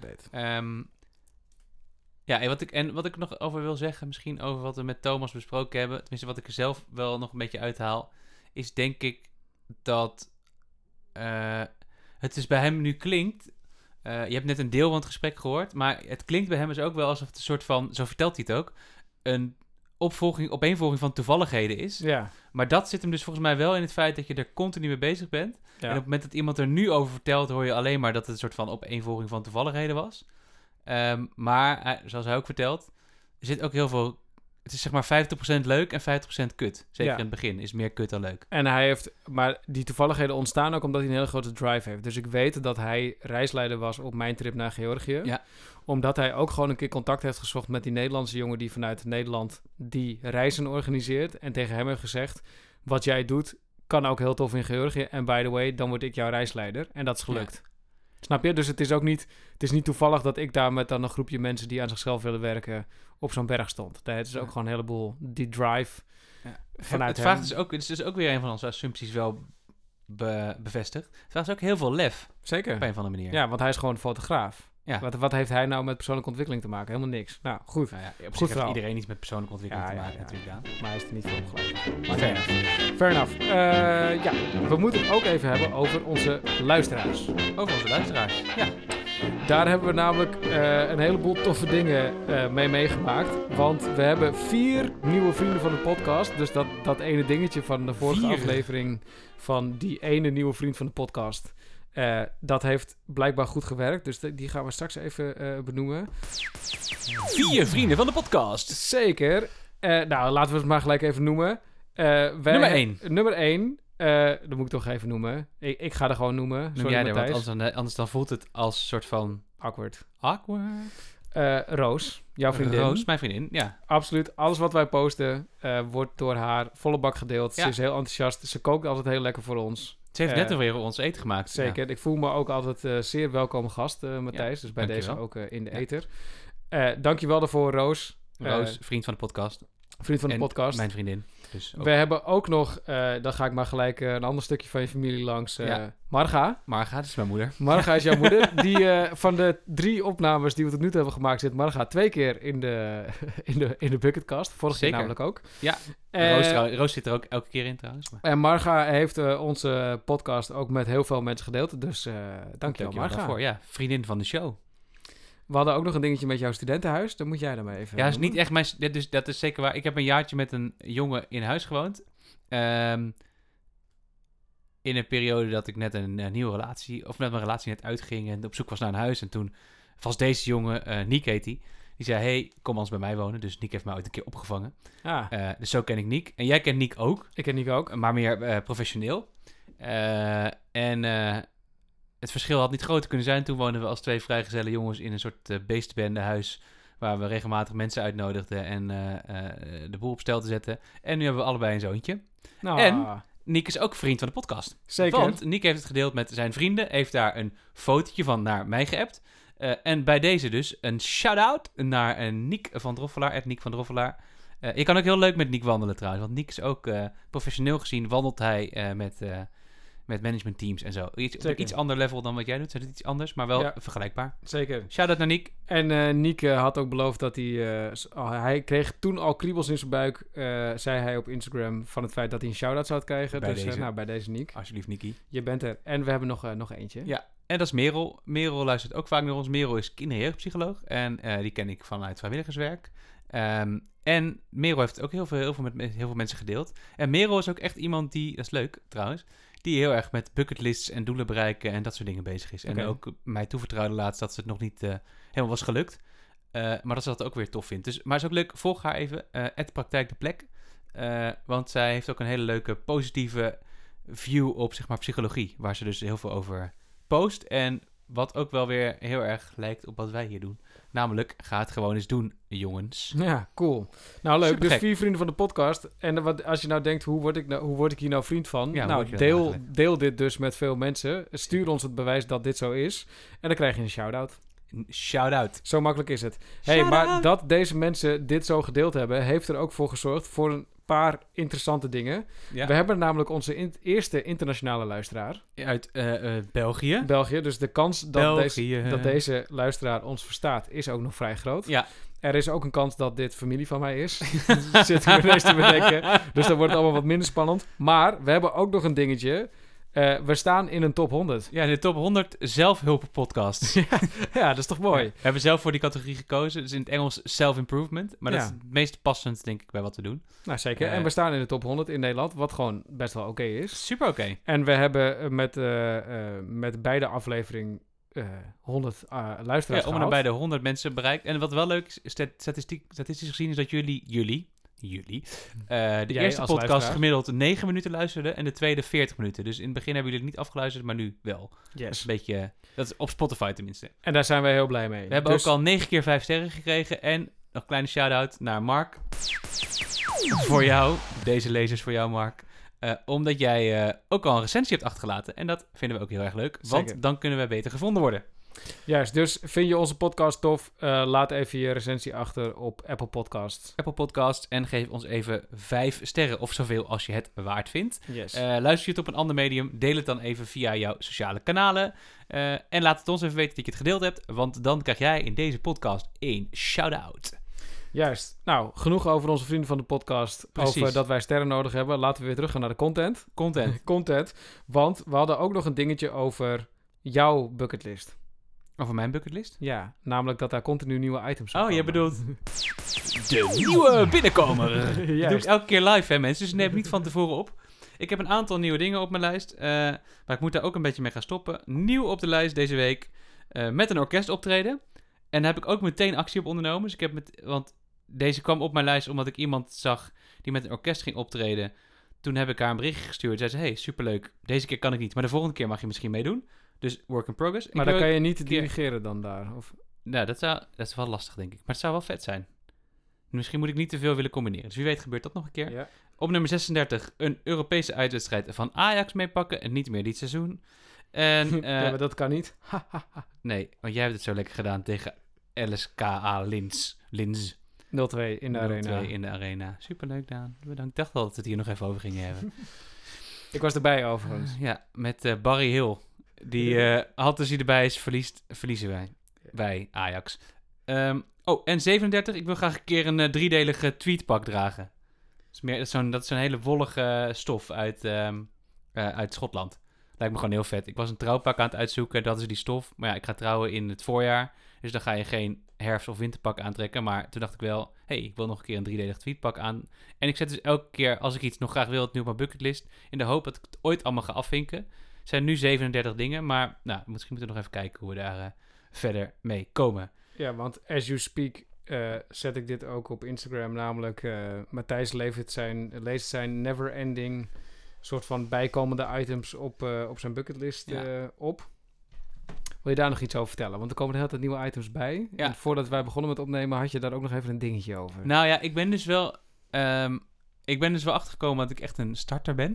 Wat ik nog over wil zeggen, misschien over wat we met Thomas besproken hebben, tenminste wat ik er zelf wel nog een beetje uithaal, is denk ik dat het dus bij hem nu klinkt. Je hebt net een deel van het gesprek gehoord, maar het klinkt bij hem dus ook wel alsof het een soort van, zo vertelt hij het ook, een opeenvolging van toevalligheden is. Ja. Maar dat zit hem dus volgens mij wel in het feit dat je er continu mee bezig bent. Ja. En op het moment dat iemand er nu over vertelt, hoor je alleen maar dat het een soort van opeenvolging van toevalligheden was. Maar, zoals hij ook vertelt, er zit ook heel veel... Het is zeg maar 50% leuk en 50% kut. Zeker in het begin is meer kut dan leuk. En maar die toevalligheden ontstaan ook omdat hij een hele grote drive heeft. Dus ik weet dat hij reisleider was op mijn trip naar Georgië. Ja. Omdat hij ook gewoon een keer contact heeft gezocht met die Nederlandse jongen die vanuit Nederland die reizen organiseert. En tegen hem heeft gezegd, wat jij doet kan ook heel tof in Georgië. En by the way, dan word ik jouw reisleider. En dat is gelukt. Ja. Snap je? Dus het is niet toevallig dat ik daar met dan een groepje mensen die aan zichzelf willen werken op zo'n berg stond. Het is ook gewoon een heleboel die drive vanuit het vraagt dus ook, het is dus ook weer een van onze assumpties wel bevestigd. Het was ook heel veel lef, Zeker. op een of andere manier. Ja, want hij is gewoon fotograaf. Ja. Wat heeft hij nou met persoonlijke ontwikkeling te maken? Helemaal niks. Nou, goed. Nou ja, op Goed zich heeft verhaal. iedereen iets met persoonlijke ontwikkeling Ja, te ja, maken ja. natuurlijk aan. Maar hij is er niet voor opgeleid. Maar fair enough. Fair enough. Ja, we moeten het ook even hebben over onze luisteraars. Over onze luisteraars. Ja. Daar hebben we namelijk een heleboel toffe dingen mee meegemaakt. Want we hebben 4 nieuwe vrienden van de podcast. Dus dat ene dingetje van de vorige 4? aflevering van die ene nieuwe vriend van de podcast. Dat heeft blijkbaar goed gewerkt. Dus die gaan we straks even benoemen. 4 vrienden van de podcast. Zeker. Nou, laten we het maar gelijk even noemen. Nummer 1. Nummer 1. Dat moet ik toch even noemen. Ik ga er gewoon noemen. Noem Sorry, jij er, Matthijs. want anders dan voelt het als een soort van Awkward. awkward. Roos, jouw vriendin. Roos, mijn vriendin, ja. Absoluut. Alles wat wij posten wordt door haar volle bak gedeeld. Ja. Ze is heel enthousiast. Ze kookt altijd heel lekker voor ons. Ze heeft net alweer ons eten gemaakt. Zeker. Ik voel me ook altijd zeer welkome gast, Matthijs. Ja, Dus bij deze dankjewel. ook in de Ja. ether. Dankjewel daarvoor, Roos. Roos, vriend van de podcast. Vriend van de En podcast. mijn vriendin. Dus ook. We hebben ook nog, dan ga ik maar gelijk een ander stukje van je familie langs. Ja. Marga. Marga, dat is mijn moeder. Marga is jouw moeder. Die van de 3 opnames die we tot nu toe hebben gemaakt, zit Marga 2 keer in de bucketcast. Vorige keer Zeker. namelijk ook. Ja. Eh, Roos zit er ook elke keer in trouwens. Maar En Marga heeft onze podcast ook met heel veel mensen gedeeld. Dus dankjewel Marga. daarvoor. Ja, vriendin van de show. We hadden ook nog een dingetje met jouw studentenhuis. Dan moet jij daarmee even Ja, dat is noemen. niet echt mijn... Dus dat is zeker waar. Ik heb een jaartje met een jongen in huis gewoond. In een periode dat ik net een nieuwe relatie... Of net mijn relatie net uitging en op zoek was naar een huis. En toen was deze jongen, Niek heet hij. Die zei, hey, kom eens bij mij wonen. Dus Niek heeft mij ooit een keer opgevangen. Dus zo ken ik Niek. En jij kent Niek ook. Ik ken Niek ook. Maar meer professioneel. Het verschil had niet groter kunnen zijn. Toen woonden we als 2 vrijgezelle jongens in een soort beestenbendehuis... waar we regelmatig mensen uitnodigden en de boel op stel te zetten. En nu hebben we allebei een zoontje. Nou, En Niek is ook vriend van de podcast. zeker. Want Niek heeft het gedeeld met zijn vrienden. Heeft daar een fotootje van naar mij geappt. En bij deze dus een shout-out naar Niek van Droffelaar. @Niek van Droffelaar. Je kan ook heel leuk met Niek wandelen trouwens. Want Niek is ook professioneel gezien wandelt hij met managementteams en zo. Op Zeker. een iets ander level dan wat jij doet. Het is iets anders, maar wel Ja. vergelijkbaar. Zeker. Shout-out naar Niek. En Niek had ook beloofd dat hij kreeg toen al kriebels in zijn buik, zei hij op Instagram, van het feit dat hij een shout-out zou krijgen. Bij Dus deze. bij deze Niek. Alsjeblieft, Nicky. Je bent er. En we hebben nog eentje. Ja, en dat is Merel. Merel luistert ook vaak naar ons. Merel is kinder- en jeugdpsycholoog. En die ken ik vanuit vrijwilligerswerk. En Merel heeft het ook heel veel met heel veel mensen gedeeld. En Merel is ook echt iemand die, dat is leuk trouwens, die heel erg met bucketlists en doelen bereiken en dat soort dingen bezig is. Oké. En ook mij toevertrouwde laatst dat ze het nog niet helemaal was gelukt. Maar dat ze dat ook weer tof vindt. Dus, maar het is ook leuk, volg haar even. @praktijk de plek. Want zij heeft ook een hele leuke positieve view op zeg maar psychologie. Waar ze dus heel veel over post. En wat ook wel weer heel erg lijkt op wat wij hier doen. Namelijk, ga het gewoon eens doen, jongens. Ja, cool. Nou, leuk. Supergek. Dus 4 vrienden van de podcast. En als je nou denkt, hoe word ik hier nou vriend van? Ja, hoe nou, word je dat eigenlijk? deel dit dus met veel mensen. Stuur ons het bewijs dat dit zo is. En dan krijg je een shout-out. Shout-out. Zo makkelijk is het. Hey, maar dat deze mensen dit zo gedeeld hebben, heeft er ook voor gezorgd voor een paar interessante dingen. Ja. We hebben namelijk onze eerste internationale luisteraar. Uit België. België. Dus de kans dat België. dat deze luisteraar ons verstaat, is ook nog vrij groot. Ja. Er is ook een kans dat dit familie van mij is. Zit ik ineens te bedenken. Dus dan wordt het allemaal wat minder spannend. Maar we hebben ook nog een dingetje. We staan in een top 100. Ja, de top 100 zelfhulppodcasts. Ja, dat is toch mooi? We hebben zelf voor die categorie gekozen. Dus in het Engels self-improvement. Maar dat Ja. is het meest passend, denk ik, bij wat we doen. Nou, zeker. En we staan in de top 100 in Nederland, wat gewoon best wel oké is. Super oké. En we hebben met beide afleveringen 100 luisteraars Ja, om en gehaald. nabij de 100 mensen bereikt. En wat wel leuk is, statistisch gezien, is dat jullie de eerste als podcast luisteraar. gemiddeld 9 minuten luisterden en de tweede 40 minuten. Dus in het begin hebben jullie het niet afgeluisterd, maar nu wel. Dat is Yes. een beetje, dat is op Spotify tenminste. En daar zijn wij heel blij mee. We hebben Dus- ook al 9 keer 5 sterren gekregen. En nog een kleine shout-out naar Mark. Voor jou, deze lezers voor jou, Mark. Omdat jij ook al een recensie hebt achtergelaten. En dat vinden we ook heel erg leuk. Want Zeker. dan kunnen we beter gevonden worden. Juist, dus vind je onze podcast tof? Laat even je recensie achter op Apple Podcasts. Apple Podcasts en geef ons even 5 sterren of zoveel als je het waard vindt. Yes. Luister je het op een ander medium, deel het dan even via jouw sociale kanalen. En laat het ons even weten dat je het gedeeld hebt, want dan krijg jij in deze podcast een shout-out. Juist. Nou, genoeg over onze vrienden van de podcast. Precies. Over dat wij sterren nodig hebben. Laten we weer teruggaan naar de content. Content. Want we hadden ook nog een dingetje over jouw bucketlist. Over mijn bucketlist? Ja, namelijk dat daar continu nieuwe items op Oh, je komen. bedoelt de nieuwe binnenkomer. Dat doe ik Juist. elke keer live, hè mensen. Dus neem het niet van tevoren op. Ik heb een aantal nieuwe dingen op mijn lijst. Maar ik moet daar ook een beetje mee gaan stoppen. Nieuw op de lijst deze week. Met een orkest optreden. En daar heb ik ook meteen actie op ondernomen. Dus ik heb want deze kwam op mijn lijst omdat ik iemand zag die met een orkest ging optreden. Toen heb ik haar een berichtje gestuurd. Zei ze, hey, superleuk. Deze keer kan ik niet. Maar de volgende keer mag je misschien meedoen. Dus work in progress. Maar dan kan je niet dirigeren dan daar? Of... Nou, dat is wel lastig, denk ik. Maar het zou wel vet zijn. Misschien moet ik niet te veel willen combineren. Dus wie weet gebeurt dat nog een keer. Ja. Op nummer 36 een Europese uitwedstrijd van Ajax meepakken. En niet meer dit seizoen. En, ja, maar dat kan niet. nee, want jij hebt het zo lekker gedaan tegen LSKA Linz. 0-2 in de arena. 0-2 in de arena. Superleuk, Daan. Bedankt. Ik dacht wel dat we het hier nog even over gingen hebben. Ik was erbij overigens. Ja, met Barry Hill. Die altijd als hij erbij is, verliezen wij bij Ajax. En 37. Ik wil graag een keer een driedelige tweetpak dragen. Dat is zo'n hele wollige stof uit Schotland. Lijkt me gewoon heel vet. Ik was een trouwpak aan het uitzoeken. Dat is die stof. Maar ja, ik ga trouwen in het voorjaar. Dus dan ga je geen herfst- of winterpak aantrekken. Maar toen dacht ik wel, ik wil nog een keer een driedelig tweetpak aan. En ik zet dus elke keer, als ik iets nog graag wil, het nu op mijn bucketlist. In de hoop dat ik het ooit allemaal ga afvinken. Er zijn nu 37 dingen. Maar misschien moeten we nog even kijken hoe we daar verder mee komen. Ja, want as you speak zet ik dit ook op Instagram. Namelijk, Matthijs leest zijn never-ending soort van bijkomende items op zijn bucketlist op. Wil je daar nog iets over vertellen? Want er komen de hele tijd nieuwe items bij. Ja. En voordat wij begonnen met opnemen, had je daar ook nog even een dingetje over. Nou ja, ik ben dus wel achtergekomen dat ik echt een starter ben.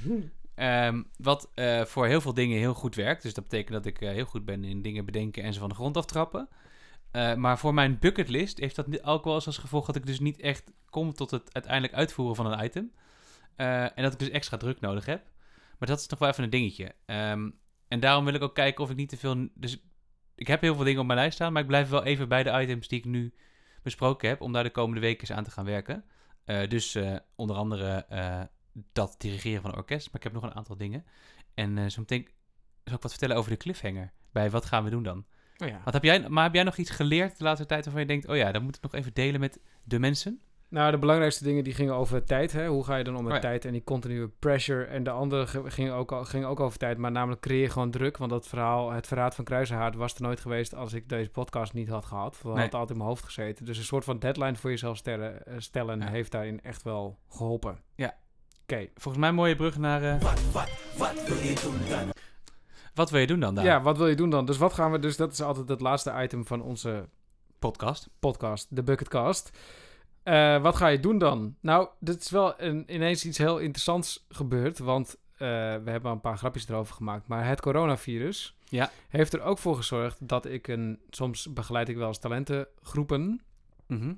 Wat voor heel veel dingen heel goed werkt. Dus dat betekent dat ik heel goed ben in dingen bedenken en ze van de grond aftrappen. Maar voor mijn bucketlist heeft dat ook wel eens als gevolg dat ik dus niet echt kom tot het uiteindelijk uitvoeren van een item. En dat ik dus extra druk nodig heb. Maar dat is nog wel even een dingetje. En daarom wil ik ook kijken of ik niet te veel... Dus ik heb heel veel dingen op mijn lijst staan, maar ik blijf wel even bij de items die ik nu besproken heb, om daar de komende weken eens aan te gaan werken. Dus onder andere dat dirigeren van een orkest. Maar ik heb nog een aantal dingen. En zo meteen zal ik wat vertellen over de cliffhanger. Bij wat gaan we doen dan? Oh ja. Wat heb jij nog iets geleerd de laatste tijd waarvan je denkt, dan moet ik nog even delen met de mensen? Nou, de belangrijkste dingen die gingen over tijd. Hè? Hoe ga je dan om met ja. tijd en die continue pressure. En de andere gingen ook over tijd. Maar namelijk creëer gewoon druk. Want het verraad van Kruisenhaard was er nooit geweest als ik deze podcast niet had gehad. Dat had altijd in mijn hoofd gezeten. Dus een soort van deadline voor jezelf stellen heeft daarin echt wel geholpen. Ja. Oké. Volgens mij een mooie brug naar... Wat wil je doen dan? Wat wil je doen dan, Daan? Ja, wat wil je doen dan? Dus wat gaan we... Dus dat is altijd het laatste item van onze podcast, de Bucketcast. Wat ga je doen dan? Nou, dit is wel ineens iets heel interessants gebeurd, want we hebben een paar grapjes erover gemaakt. Maar het coronavirus heeft er ook voor gezorgd dat soms begeleid ik wel eens talentengroepen. Mm-hmm.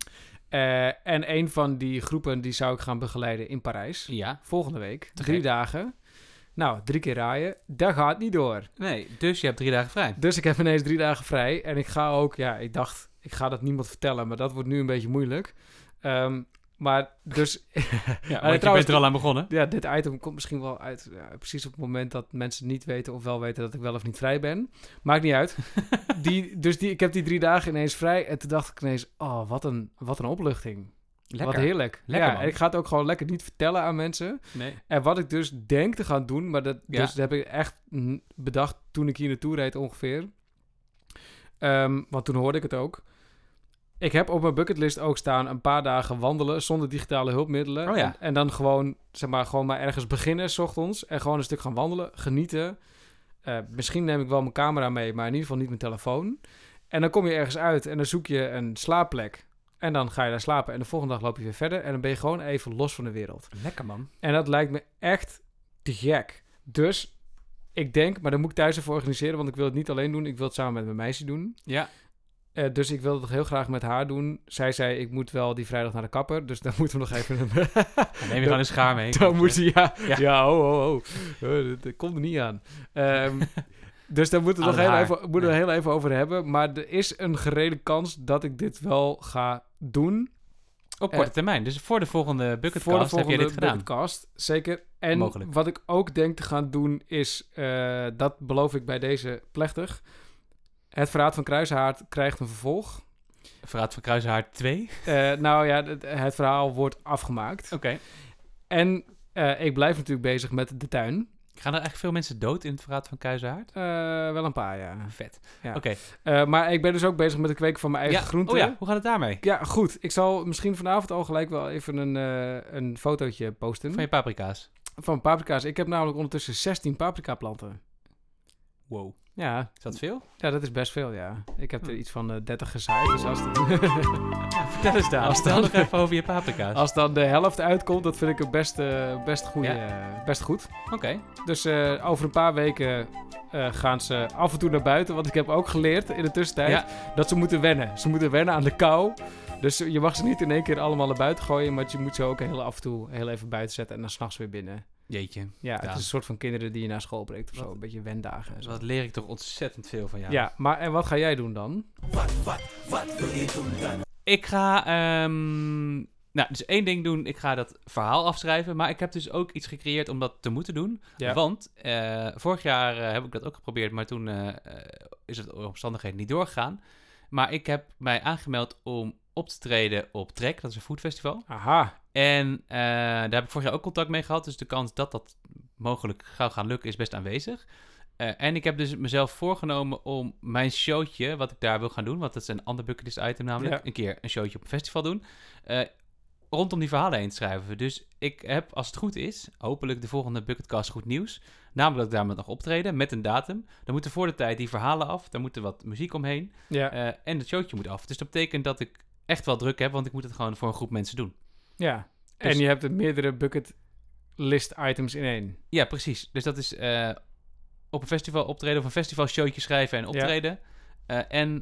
En een van die groepen die zou ik gaan begeleiden in Parijs. Ja. Volgende week. 3 dagen. Nou, 3 keer raaien. Dat gaat niet door. Nee, dus je hebt 3 dagen vrij. Dus ik heb ineens 3 dagen vrij. En ik ga ook, ik dacht, ik ga dat niemand vertellen, maar dat wordt nu een beetje moeilijk. Maar dus... want je bent er al aan begonnen. Ja, dit item komt misschien wel uit precies op het moment dat mensen niet weten of wel weten dat ik wel of niet vrij ben. Maakt niet uit. Ik heb die 3 dagen ineens vrij en toen dacht ik ineens, wat een opluchting. Lekker. Wat heerlijk. Lekker, en ik ga het ook gewoon lekker niet vertellen aan mensen. Nee. En wat ik dus denk te gaan doen, maar dat heb ik echt bedacht toen ik hier naartoe reed ongeveer. Want toen hoorde ik het ook. Ik heb op mijn bucketlist ook staan een paar dagen wandelen zonder digitale hulpmiddelen. Oh ja. En dan gewoon maar ergens beginnen 's ochtends en gewoon een stuk gaan wandelen, genieten. Misschien neem ik wel mijn camera mee, maar in ieder geval niet mijn telefoon. En dan kom je ergens uit en dan zoek je een slaapplek. En dan ga je daar slapen en de volgende dag loop je weer verder. En dan ben je gewoon even los van de wereld. Lekker, man. En dat lijkt me echt te gek. Dus ik denk, maar dan moet ik thuis even organiseren, want ik wil het niet alleen doen. Ik wil het samen met mijn meisje doen. Ja. Dus ik wil het heel graag met haar doen. Zij zei, ik moet wel die vrijdag naar de kapper. Dus dan moeten we nog even... Dan neem je gewoon een schaar mee. Dan moet ze, Ja. ja, oh. Dat komt er niet aan. Dus daar moeten we nog heel even over hebben. Maar er is een gerede kans dat ik dit wel ga doen. Op korte termijn. Dus voor de volgende Bucketcast Voor de volgende heb je dit gedaan. Bucketcast, zeker. En Mogelijk. wat ik ook denk te gaan doen is... dat beloof ik bij deze plechtig. Het Verraad van Kruisenhaard krijgt een vervolg. Verraad van Kruisenhaard 2? Nou ja, het verhaal wordt afgemaakt. Oké. En ik blijf natuurlijk bezig met de tuin. Gaan er echt veel mensen dood in het Verraad van Kruisenhaard? Wel een paar, ja. Vet. Ja. Oké. Maar ik ben dus ook bezig met het kweken van mijn eigen groenten. Oh ja, hoe gaat het daarmee? Ja, goed. Ik zal misschien vanavond al gelijk wel even een fotootje posten. Van je paprika's? Van paprika's. Ik heb namelijk ondertussen 16 paprika planten. Wow. Ja. Is dat veel? Ja, dat is best veel, ja. Ik heb er iets van 30 gezaaid. Dus als het... Vertel eens daar. Vertel nog even over je paprika's. Als dan de helft uitkomt, dat vind ik een best goed. Oké. Dus over een paar weken gaan ze af en toe naar buiten. Want ik heb ook geleerd in de tussentijd dat ze moeten wennen. Ze moeten wennen aan de kou. Dus je mag ze niet in één keer allemaal naar buiten gooien. Maar je moet ze ook af en toe heel even buiten zetten. En dan 's nachts weer binnen. Jeetje. Ja, het is een soort van kinderen die je naar school brengt of zo. Een beetje wendagen en zo. Dat leer ik toch ontzettend veel van jou. Ja, maar en wat ga jij doen dan? Wat wil je doen dan? Ik ga, dus één ding doen. Ik ga dat verhaal afschrijven. Maar ik heb dus ook iets gecreëerd om dat te moeten doen. Ja. Want vorig jaar heb ik dat ook geprobeerd. Maar toen is het door omstandigheden niet doorgegaan. Maar ik heb mij aangemeld om op te treden op Trek. Dat is een foodfestival. Aha. En daar heb ik vorig jaar ook contact mee gehad. Dus de kans dat dat mogelijk gauw gaan lukken is best aanwezig. En ik heb dus mezelf voorgenomen om mijn showtje, wat ik daar wil gaan doen, want dat is een ander bucketlist item namelijk, een keer een showtje op een festival doen, rondom die verhalen heen te schrijven. Dus ik heb, als het goed is, hopelijk de volgende Bucketcast goed nieuws. Namelijk dat ik daar moet nog optreden met een datum. Dan moeten voor de tijd die verhalen af, daar moet er wat muziek omheen. Ja. En het showtje moet af. Dus dat betekent dat ik echt wel druk heb, want ik moet het gewoon voor een groep mensen doen. Ja. Dus- En je hebt meerdere bucketlist items in één. Ja, precies. Dus dat is op een festival optreden of een festival showtje schrijven en optreden. En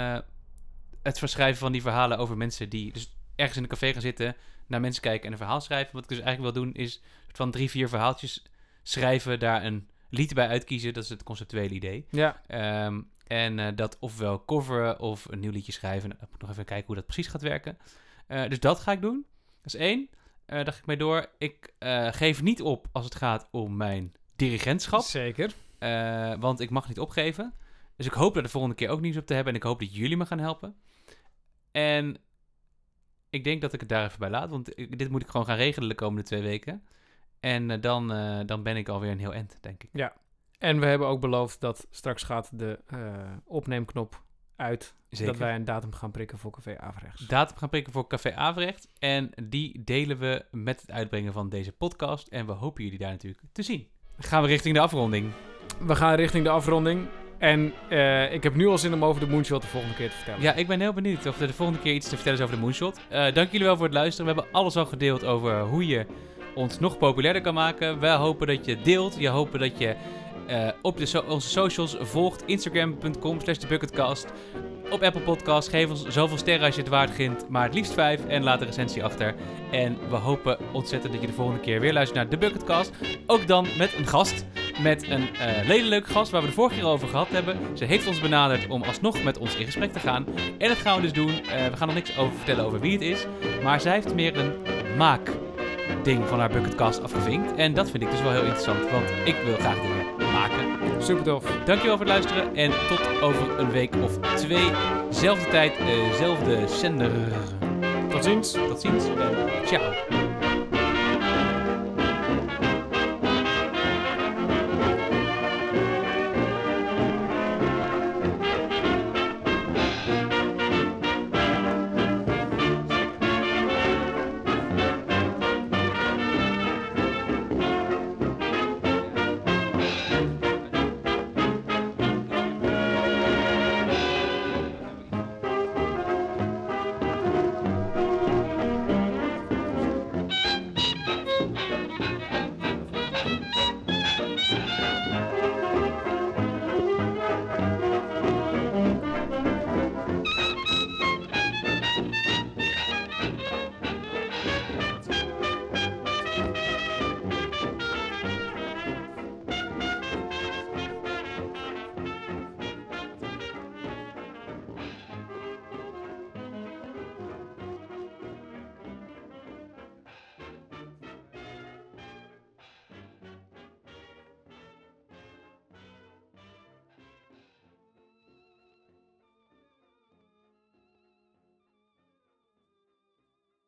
het verschrijven van die verhalen over mensen die dus ergens in een café gaan zitten, naar mensen kijken en een verhaal schrijven. Wat ik dus eigenlijk wil doen is van 3-4 verhaaltjes schrijven, daar een lied bij uitkiezen. Dat is het conceptuele idee. Ja. En dat ofwel coveren of een nieuw liedje schrijven. Dan moet ik nog even kijken hoe dat precies gaat werken. Dus dat ga ik doen. Dat is 1. Daar ga ik mee door. Ik geef niet op als het gaat om mijn dirigentschap. Zeker. Want ik mag niet opgeven. Dus ik hoop er de volgende keer ook nieuws op te hebben. En ik hoop dat jullie me gaan helpen. En ik denk dat ik het daar even bij laat. Want dit moet ik gewoon gaan regelen de komende 2 weken. En dan ben ik alweer een heel eind, denk ik. Ja. En we hebben ook beloofd dat straks gaat de opneemknop uit. Zeker. Dat wij een datum gaan prikken voor Café Averechts. Datum gaan prikken voor Café Averecht. En die delen we met het uitbrengen van deze podcast. En we hopen jullie daar natuurlijk te zien. Dan gaan we richting de afronding. We gaan richting de afronding. En ik heb nu al zin om over de moonshot de volgende keer te vertellen. Ja, ik ben heel benieuwd of er de volgende keer iets te vertellen is over de moonshot. Dank jullie wel voor het luisteren. We hebben alles al gedeeld over hoe je ons nog populairder kan maken. Wij hopen dat je deelt. We hopen dat je op onze socials volgt. Instagram.com/thebucketcast. Op Apple Podcasts. Geef ons zoveel sterren als je het waard vindt. Maar het liefst 5. En laat een recensie achter. En we hopen ontzettend dat je de volgende keer weer luistert naar de Bucketcast. Ook dan met een gast. Met een leuke gast waar we de vorige keer over gehad hebben. Ze heeft ons benaderd om alsnog met ons in gesprek te gaan. En dat gaan we dus doen. We gaan nog niks over vertellen over wie het is. Maar zij heeft meer een maakding van haar Bucketcast afgevinkt. En dat vind ik dus wel heel interessant. Want ik wil graag dingen maken. Super tof. Dankjewel voor het luisteren. En tot over een week of 2. Zelfde tijd, zelfde zender. Tot ziens. Tot ziens. En ciao.